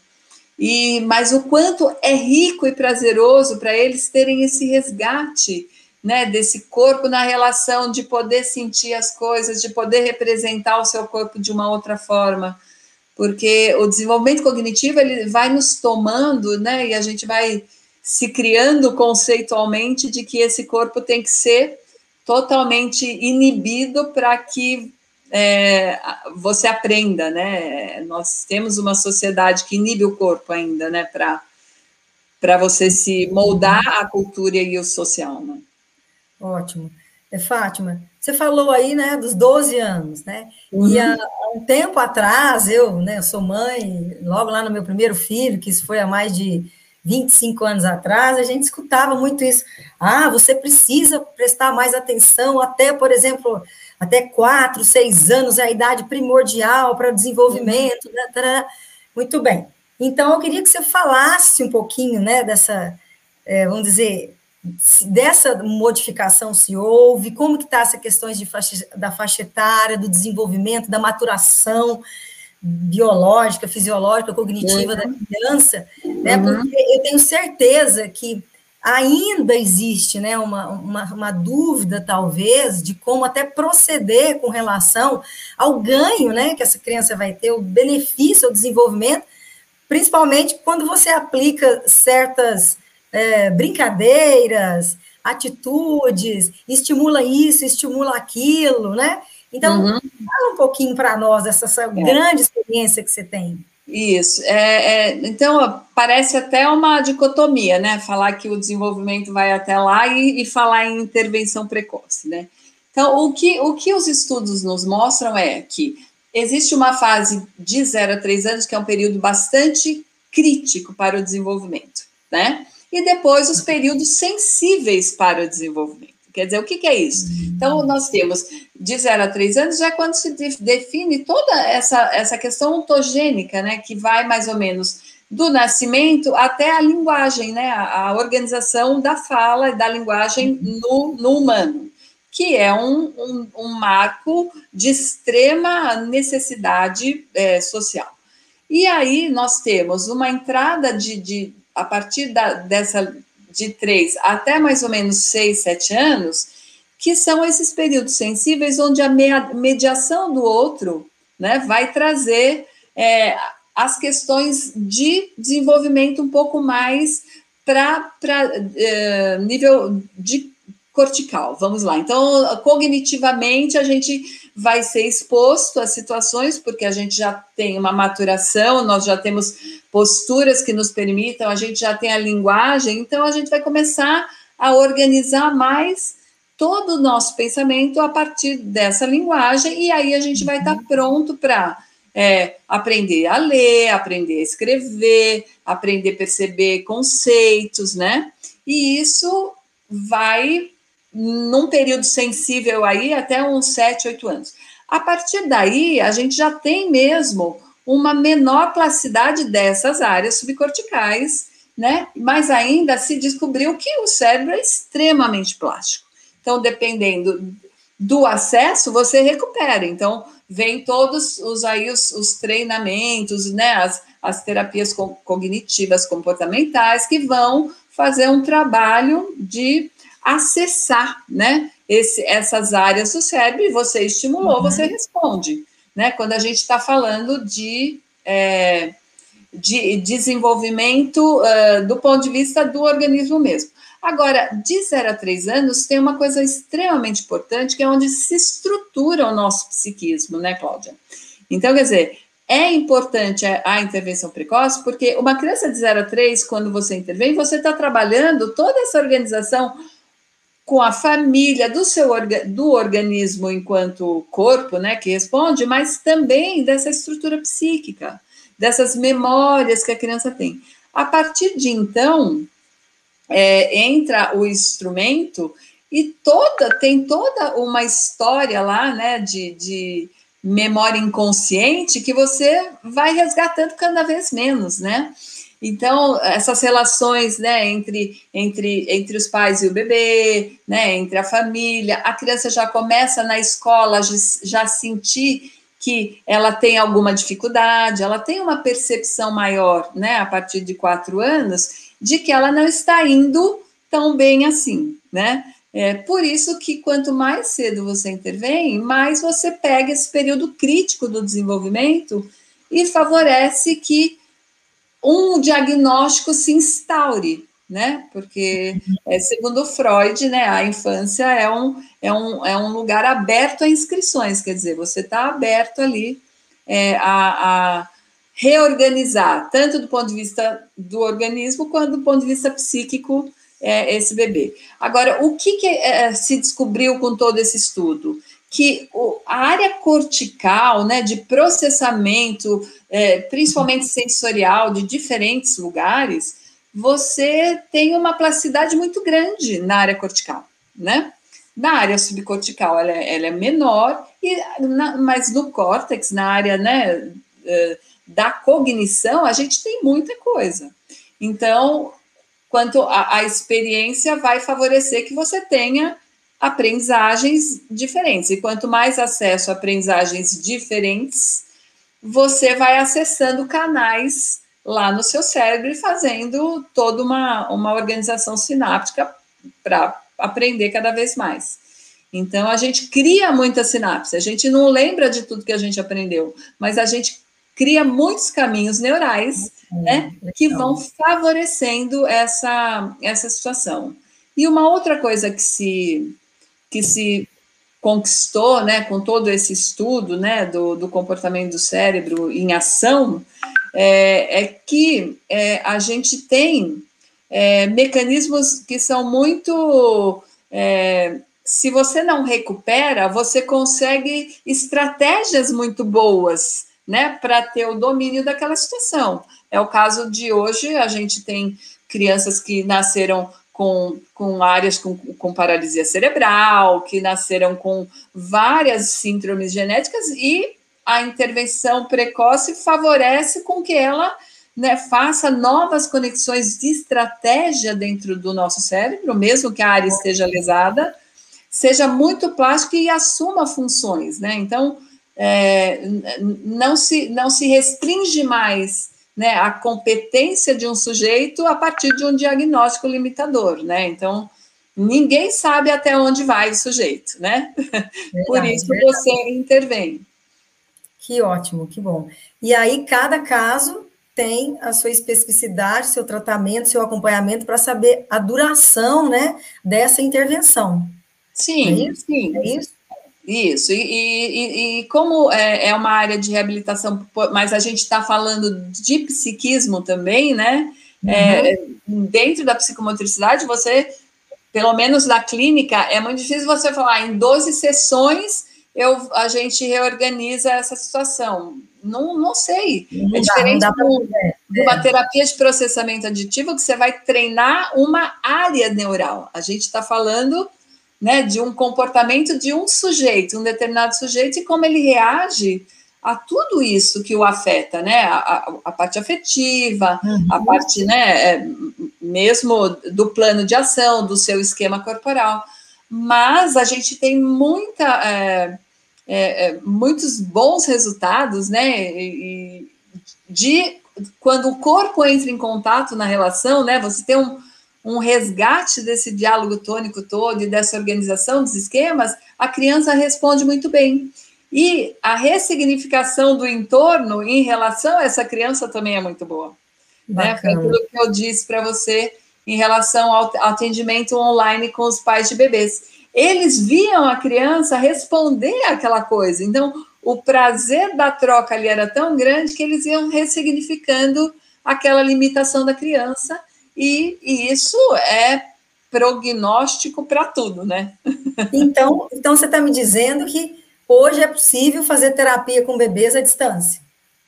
e, mas o quanto é rico e prazeroso para eles terem esse resgate, né, desse corpo na relação de poder sentir as coisas, de poder representar o seu corpo de uma outra forma, porque o desenvolvimento cognitivo ele vai nos tomando, né, e a gente vai se criando conceitualmente de que esse corpo tem que ser totalmente inibido para que é, você aprenda, né? Nós temos uma sociedade que inibe o corpo ainda, né? Para para você se moldar a cultura e o social, né? Ótimo. É, Fátima, você falou aí, né, dos doze anos, né? Uhum. E há, há um tempo atrás, eu, né, eu sou mãe, logo lá no meu primeiro filho, que isso foi há mais de vinte e cinco anos atrás, a gente escutava muito isso. Ah, você precisa prestar mais atenção, até, por exemplo, até quatro, seis anos é a idade primordial para o desenvolvimento. Uhum. Né? Muito bem. Então, eu queria que você falasse um pouquinho, né, dessa, é, vamos dizer, dessa modificação se houve, como que está essa questão de faixa, da faixa etária, do desenvolvimento, da maturação biológica, fisiológica, cognitiva uhum. da criança, né? Uhum. Porque eu tenho certeza que ainda existe, né, uma, uma, uma dúvida, talvez, de como até proceder com relação ao ganho, né, que essa criança vai ter, o benefício ao desenvolvimento, principalmente quando você aplica certas é, brincadeiras, atitudes, estimula isso, estimula aquilo, né? Então, uhum. fala um pouquinho para nós dessa é. grande experiência que você tem. Isso. É, é, então, parece até uma dicotomia, né? Falar que o desenvolvimento vai até lá e, e falar em intervenção precoce, né? Então, o que, o que os estudos nos mostram é que existe uma fase de zero a três anos, que é um período bastante crítico para o desenvolvimento, né? E depois os períodos sensíveis para o desenvolvimento. Quer dizer, o que, que é isso? Então, nós temos de zero a três anos, já é quando se define toda essa, essa questão ontogênica, né? Que vai mais ou menos do nascimento até a linguagem, né? A, a organização da fala e da linguagem no, no humano, que é um, um, um marco de extrema necessidade é, social. E aí nós temos uma entrada de, de a partir da, dessa de três até mais ou menos seis, sete anos, que são esses períodos sensíveis onde a mediação do outro, né, vai trazer é, as questões de desenvolvimento um pouco mais para é, nível de cortical, vamos lá. Então, cognitivamente, a gente vai ser exposto a situações, porque a gente já tem uma maturação, nós já temos posturas que nos permitam, a gente já tem a linguagem, então a gente vai começar a organizar mais todo o nosso pensamento a partir dessa linguagem, e aí a gente vai estar pronto para é, aprender a ler, aprender a escrever, aprender a perceber conceitos, né? E isso vai num período sensível aí até uns sete, oito anos. A partir daí, a gente já tem mesmo uma menor plasticidade dessas áreas subcorticais, né? Mas ainda se descobriu que o cérebro é extremamente plástico. Então, dependendo do acesso, você recupera. Então, vem todos os, aí, os, os treinamentos, né? As, as terapias cognitivas comportamentais que vão fazer um trabalho de acessar, né, esse, essas áreas do cérebro, e você estimulou, uhum. você responde, né, quando a gente está falando de, é, de desenvolvimento uh, do ponto de vista do organismo mesmo. Agora, de zero a três anos, tem uma coisa extremamente importante, que é onde se estrutura o nosso psiquismo, né, Cláudia? Então, quer dizer, é importante a intervenção precoce, porque uma criança de zero a três, quando você intervém, você está trabalhando toda essa organização com a família do seu do organismo enquanto corpo, né, que responde, mas também dessa estrutura psíquica, dessas memórias que a criança tem. A partir de então, é, entra o instrumento e toda tem toda uma história lá, né, de, de memória inconsciente que você vai resgatando cada vez menos, né? Então, essas relações, né, entre, entre, entre os pais e o bebê, né, entre a família, a criança já começa na escola já, já sentir que ela tem alguma dificuldade, ela tem uma percepção maior, né, a partir de quatro anos, de que ela não está indo tão bem assim, né? É por isso que quanto mais cedo você intervém, mais você pega esse período crítico do desenvolvimento e favorece que um diagnóstico se instaure, né? Porque, é, segundo Freud, né, a infância é um, é, um, é um lugar aberto a inscrições, quer dizer, você está aberto ali é, a, a reorganizar, tanto do ponto de vista do organismo, quanto do ponto de vista psíquico, é, esse bebê. Agora, o que, que é, se descobriu com todo esse estudo? Que o, a área cortical, né, de processamento, é, principalmente sensorial, de diferentes lugares, você tem uma plasticidade muito grande na área cortical, né? Na área subcortical, ela é, ela é menor, e na, mas no córtex, na área, né, da cognição, a gente tem muita coisa. Então, quanto a, a experiência vai favorecer que você tenha aprendizagens diferentes. E quanto mais acesso a aprendizagens diferentes, você vai acessando canais lá no seu cérebro e fazendo toda uma, uma organização sináptica para aprender cada vez mais. Então, a gente cria muita sinapse, a gente não lembra de tudo que a gente aprendeu, mas a gente cria muitos caminhos neurais, né, que vão favorecendo essa, essa situação. E uma outra coisa que se, que se conquistou, né, com todo esse estudo, né, do, do comportamento do cérebro em ação, é, é que é, a gente tem é, mecanismos que são muito... É, se você não recupera, você consegue estratégias muito boas, né, para ter o domínio daquela situação. É o caso de hoje, a gente tem crianças que nasceram com, com áreas com, com paralisia cerebral, que nasceram com várias síndromes genéticas, e a intervenção precoce favorece com que ela, né, faça novas conexões de estratégia dentro do nosso cérebro, mesmo que a área esteja lesada, seja muito plástica e assuma funções, né? Então, é, não, se, não se restringe mais, né, a competência de um sujeito a partir de um diagnóstico limitador, né? Então, ninguém sabe até onde vai o sujeito, né? Verdade, por isso verdade. Você intervém. Que ótimo, que bom. E aí, cada caso tem a sua especificidade, seu tratamento, seu acompanhamento para saber a duração, né, dessa intervenção. Sim, é isso? sim. É isso? Isso, e, e, e como é, é uma área de reabilitação, mas a gente está falando de psiquismo também, né? Uhum. É, dentro da psicomotricidade, você, pelo menos na clínica, é muito difícil você falar em doze sessões eu, a gente reorganiza essa situação. Não, não sei. Não é dá, diferente não do, de uma terapia de processamento aditivo que você vai treinar uma área neural. A gente está falando, né, de um comportamento de um sujeito, um determinado sujeito, e como ele reage a tudo isso que o afeta, né, a, a, a parte afetiva, uhum. a parte, né, mesmo do plano de ação, do seu esquema corporal. Mas a gente tem muita, é, é, muitos bons resultados, né, e, de quando o corpo entra em contato na relação, né, você tem um um resgate desse diálogo tônico todo e dessa organização dos esquemas, a criança responde muito bem. E a ressignificação do entorno em relação a essa criança também é muito boa. Né? Foi aquilo que eu disse para você em relação ao atendimento online com os pais de bebês. Eles viam a criança responder àquela coisa. Então, o prazer da troca ali era tão grande que eles iam ressignificando aquela limitação da criança. E, e isso é prognóstico para tudo, né? Então, então você está me dizendo que hoje é possível fazer terapia com bebês à distância?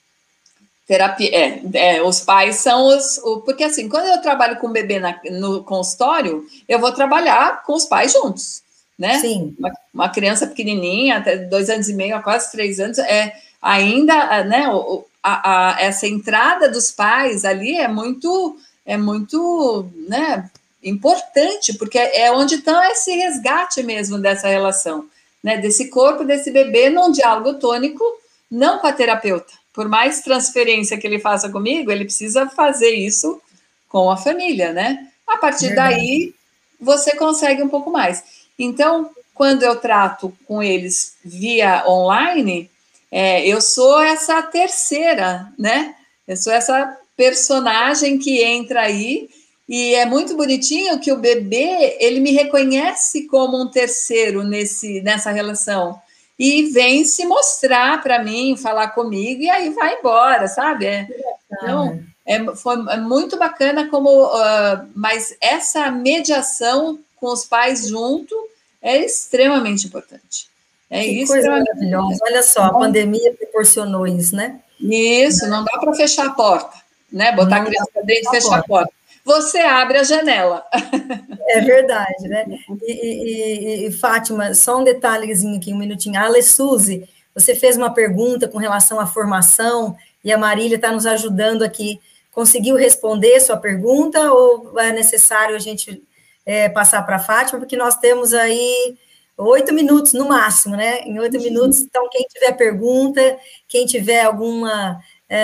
Terapia, é, é os pais são os... O, porque assim, quando eu trabalho com bebê na, no consultório, eu vou trabalhar com os pais juntos, né? Sim. Uma, uma criança pequenininha, até dois anos e meio, a quase três anos, é ainda, né, o, a, a, essa entrada dos pais ali é muito... é muito, né, importante, porque é onde está esse resgate mesmo dessa relação, né, desse corpo, desse bebê num diálogo tônico, não com a terapeuta. Por mais transferência que ele faça comigo, ele precisa fazer isso com a família, né? A partir Verdade. daí, você consegue um pouco mais. Então, quando eu trato com eles via online, é, eu sou essa terceira, né? Eu sou essa personagem que entra aí, e é muito bonitinho que o bebê, ele me reconhece como um terceiro nesse, nessa relação, e vem se mostrar para mim, falar comigo, e aí vai embora, sabe? É, então, é, foi é muito bacana como, uh, mas essa mediação com os pais junto é extremamente importante. É que coisa maravilhosa. Olha só, a pandemia proporcionou isso, né? Isso, não dá para fechar a porta, né? Botar não a criança dentro e fechar a porta. Você abre a janela. É verdade, né? E, e, e, e Fátima, só um detalhezinho aqui, um minutinho. A Ale Suzy, você fez uma pergunta com relação à formação, e a Marília está nos ajudando aqui. Conseguiu responder sua pergunta, ou é necessário a gente é, passar para a Fátima, porque nós temos aí oito minutos no máximo, né? Em oito minutos, então, quem tiver pergunta, quem tiver alguma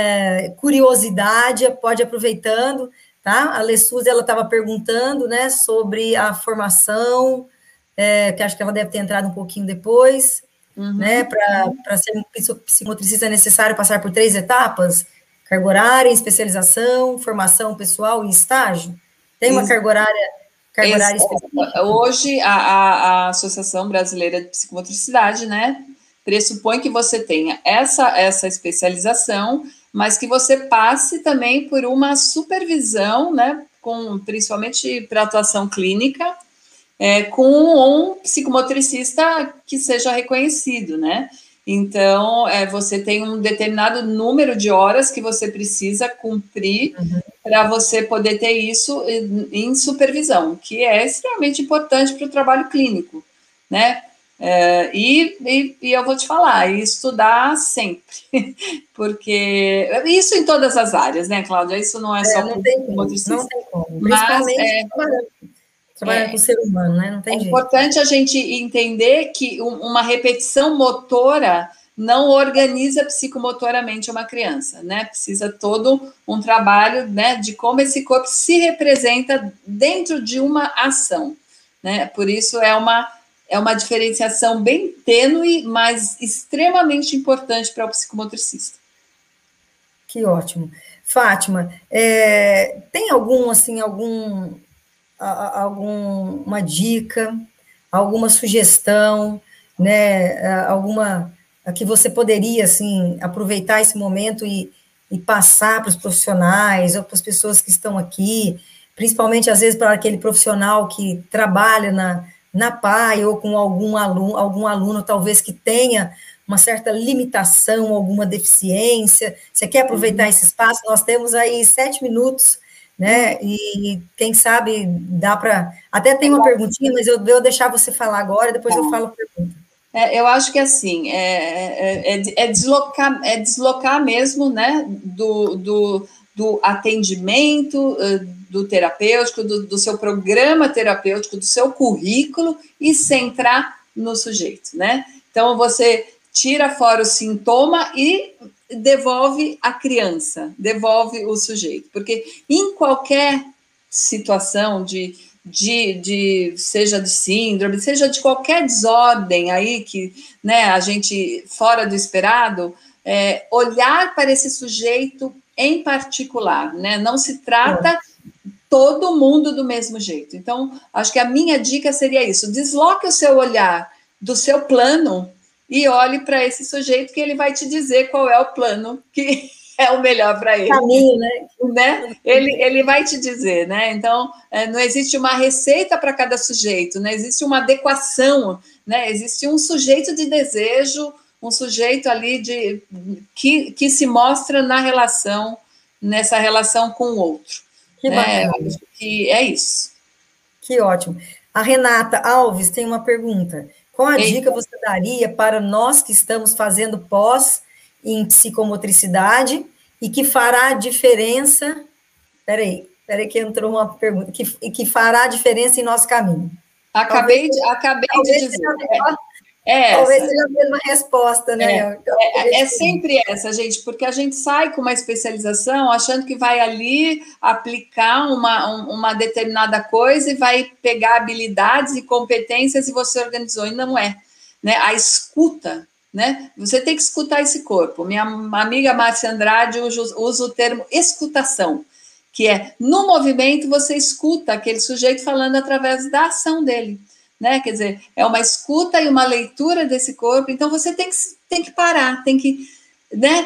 é, curiosidade, pode ir aproveitando. Tá? A Lessuz, ela estava perguntando, né, sobre a formação, é, que acho que ela deve ter entrado um pouquinho depois, uhum. né, para ser psicomotricista é necessário passar por três etapas, carga horária, especialização, formação pessoal e estágio. Tem uma Isso. carga horária, carga horária específica? Hoje, a, a, a Associação Brasileira de Psicomotricidade, né, pressupõe que você tenha essa, essa especialização, mas que você passe também por uma supervisão, né, com, principalmente para atuação clínica, é, com um psicomotricista que seja reconhecido, né? Então, é, você tem um determinado número de horas que você precisa cumprir uhum. para você poder ter isso em, em supervisão, que é extremamente importante para o trabalho clínico, né? É, e, e, e eu vou te falar, estudar sempre, porque isso em todas as áreas, né, Cláudia? Isso não é, é só não tem como, não tem como, principalmente mas, é, trabalhando, trabalhando é, com o ser humano, né? Não tem é jeito. É importante a gente entender que uma repetição motora não organiza psicomotoramente uma criança, né? Precisa todo um trabalho, né, de como esse corpo se representa dentro de uma ação, né? Por isso é uma É uma diferenciação bem tênue, mas extremamente importante para o psicomotricista. Que ótimo. Fátima, é, tem algum, assim, algum, a, alguma dica, alguma sugestão, né, alguma, que você poderia, assim, aproveitar esse momento e, e passar para os profissionais ou para as pessoas que estão aqui, principalmente, às vezes, para aquele profissional que trabalha na na P A I ou com algum aluno, algum aluno talvez que tenha uma certa limitação, alguma deficiência, você quer aproveitar uhum. esse espaço? Nós temos aí sete minutos, né, e quem sabe dá para... Até tem uma perguntinha, mas eu vou deixar você falar agora, depois eu falo a pergunta. É, eu acho que, assim, é, é, é, deslocar, é deslocar mesmo, né, do, do, do atendimento, do terapêutico, do, do seu programa terapêutico, do seu currículo e centrar no sujeito, né? Então, você tira fora o sintoma e devolve a criança, devolve o sujeito, porque em qualquer situação de, de, de seja de síndrome, seja de qualquer desordem aí que, né, a gente, fora do esperado, é, olhar para esse sujeito em particular, né? Não se trata todo mundo do mesmo jeito. Então, acho que a minha dica seria isso: desloque o seu olhar do seu plano e olhe para esse sujeito, que ele vai te dizer qual é o plano que é o melhor para ele. Caminho, né? né? Ele, ele vai te dizer, né? Então, não existe uma receita para cada sujeito, não existe uma adequação, né? Existe um sujeito de desejo, um sujeito ali de, que, que se mostra na relação, nessa relação com o outro. Que né? bacana. Acho que é isso. Que ótimo. A Renata Alves tem uma pergunta. Qual a Ei. dica você daria para nós que estamos fazendo pós em psicomotricidade e que fará diferença... Peraí, peraí que entrou uma pergunta. Que, que fará diferença em nosso caminho. Acabei, talvez, de, acabei de dizer. É Talvez essa. seja a mesma resposta, né? É, É, é, é sempre essa, gente, porque a gente sai com uma especialização achando que vai ali aplicar uma, um, uma determinada coisa e vai pegar habilidades e competências e você organizou, e não é. Né? A escuta, né? Você tem que escutar esse corpo. Minha amiga Márcia Andrade usa, usa o termo escutação, que é, no movimento, você escuta aquele sujeito falando através da ação dele. Né? Quer dizer, é uma escuta e uma leitura desse corpo, então você tem que, tem que parar, tem que, né?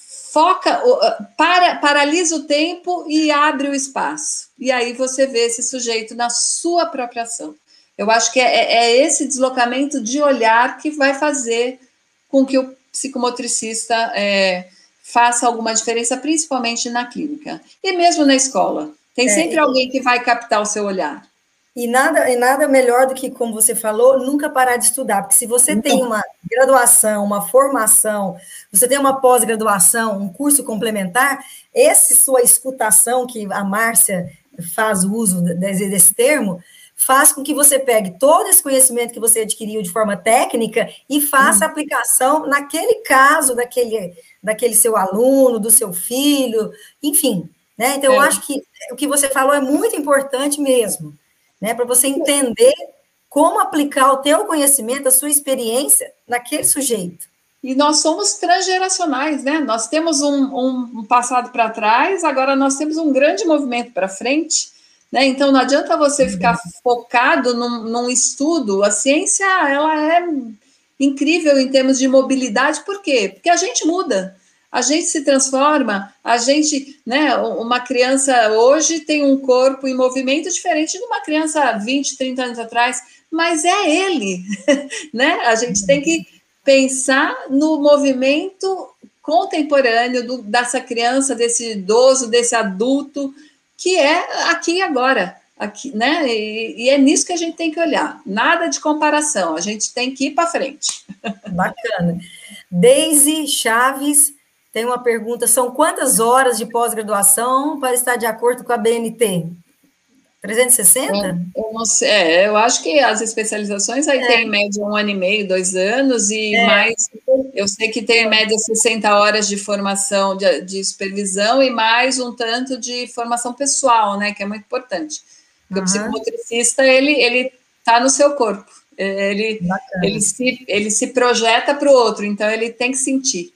Foca, para, paralisa o tempo e abre o espaço. E aí você vê esse sujeito na sua própria ação. Eu acho que é, é esse deslocamento de olhar que vai fazer com que o psicomotricista é, faça alguma diferença, principalmente na clínica. E mesmo na escola. Tem sempre é, alguém que vai captar o seu olhar. E nada, e nada melhor do que, como você falou, nunca parar de estudar, porque se você tem uma graduação, uma formação, você tem uma pós-graduação, um curso complementar, esse sua escutação, que a Márcia faz uso desse, desse termo, faz com que você pegue todo esse conhecimento que você adquiriu de forma técnica e faça Hum. aplicação naquele caso, daquele, daquele seu aluno, do seu filho, enfim. Né? Então, é. eu acho que o que você falou é muito importante mesmo. Né, para você entender como aplicar o teu conhecimento, a sua experiência naquele sujeito. E nós somos transgeracionais, né? Nós temos um, um, um passado para trás, agora nós temos um grande movimento para frente, né? Então não adianta você ficar focado num, num estudo. A ciência, ela é incrível em termos de mobilidade. Por quê? Porque a gente muda. A gente se transforma, a gente, né, uma criança hoje tem um corpo em movimento diferente de uma criança vinte, trinta anos atrás, mas é ele, né? A gente tem que pensar no movimento contemporâneo do, dessa criança, desse idoso, desse adulto, que é aqui e agora, aqui, né? E, e é nisso que a gente tem que olhar, nada de comparação, a gente tem que ir para frente. Bacana. Deise Chaves tem uma pergunta: são quantas horas de pós-graduação para estar de acordo com a B N T? trezentos e sessenta? Eu, eu, não sei, é, eu acho que as especializações aí é. tem em média um ano e meio, dois anos, e é. mais, eu sei que tem em média sessenta horas de formação de, de supervisão e mais um tanto de formação pessoal, né, que é muito importante. Porque uhum. o psicomotricista, ele ele está no seu corpo, ele, ele, se, ele se projeta para o outro, então ele tem que sentir.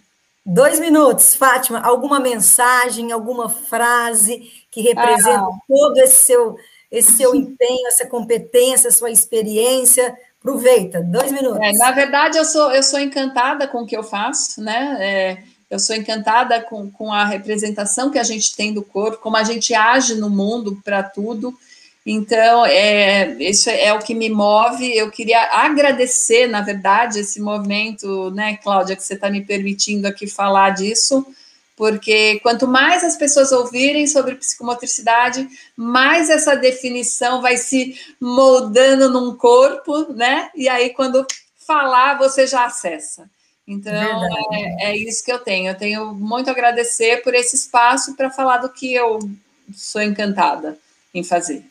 Dois minutos, Fátima, alguma mensagem, alguma frase que representa ah. todo esse seu, esse seu empenho, essa competência, a sua experiência? Aproveita, dois minutos. É, na verdade, eu sou, eu sou encantada com o que eu faço, né? É, eu sou encantada com, com a representação que a gente tem do corpo, como a gente age no mundo para tudo. Então, é, isso é o que me move. Eu queria agradecer, na verdade, esse momento, né, Cláudia, que você está me permitindo aqui falar disso, porque quanto mais as pessoas ouvirem sobre psicomotricidade, mais essa definição vai se moldando num corpo, né? E aí, quando falar, você já acessa. Então, é, é isso que eu tenho. Eu tenho muito a agradecer por esse espaço para falar do que eu sou encantada em fazer.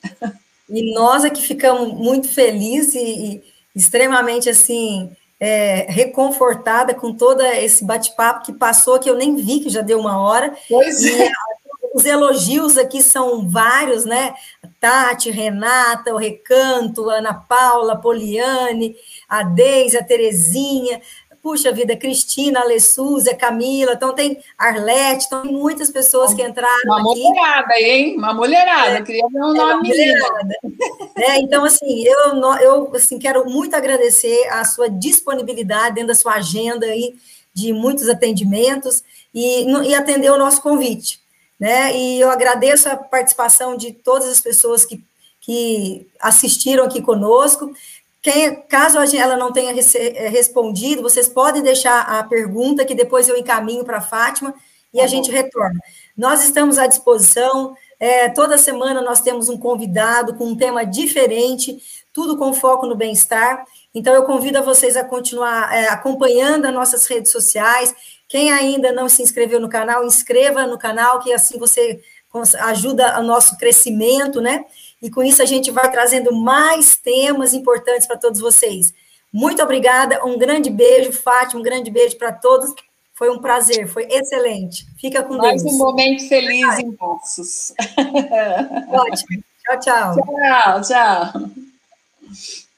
E nós aqui ficamos muito felizes e, e extremamente, assim, é, reconfortada com todo esse bate-papo que passou, que eu nem vi que já deu uma hora. Pois e é. Os elogios aqui são vários, né? A Tati, Renata, o Recanto, a Ana Paula, a Poliane, a Deise, a Terezinha, puxa vida, Cristina, a Alessúzia, Camila, então tem Arlete, então tem muitas pessoas que entraram uma aqui. Uma mulherada, hein? Uma mulherada, é, queria ver um nome. É, é, então, assim, eu, eu assim, quero muito agradecer a sua disponibilidade dentro da sua agenda aí de muitos atendimentos e, e atender o nosso convite, né? E eu agradeço a participação de todas as pessoas que, que assistiram aqui conosco. Quem, caso ela não tenha respondido, vocês podem deixar a pergunta, que depois eu encaminho para a Fátima e a gente retorna. Nós estamos à disposição, é, toda semana nós temos um convidado com um tema diferente, tudo com foco no bem-estar. Então, eu convido a vocês a continuar é, acompanhando as nossas redes sociais. Quem ainda não se inscreveu no canal, inscreva no canal, que assim você ajuda o nosso crescimento, né? E com isso a gente vai trazendo mais temas importantes para todos vocês. Muito obrigada, um grande beijo, Fátima, um grande beijo para todos. Foi um prazer, foi excelente. Fica com Mais Deus. Mais um momento feliz em Passos. Ótimo. Tchau, tchau. Tchau, tchau.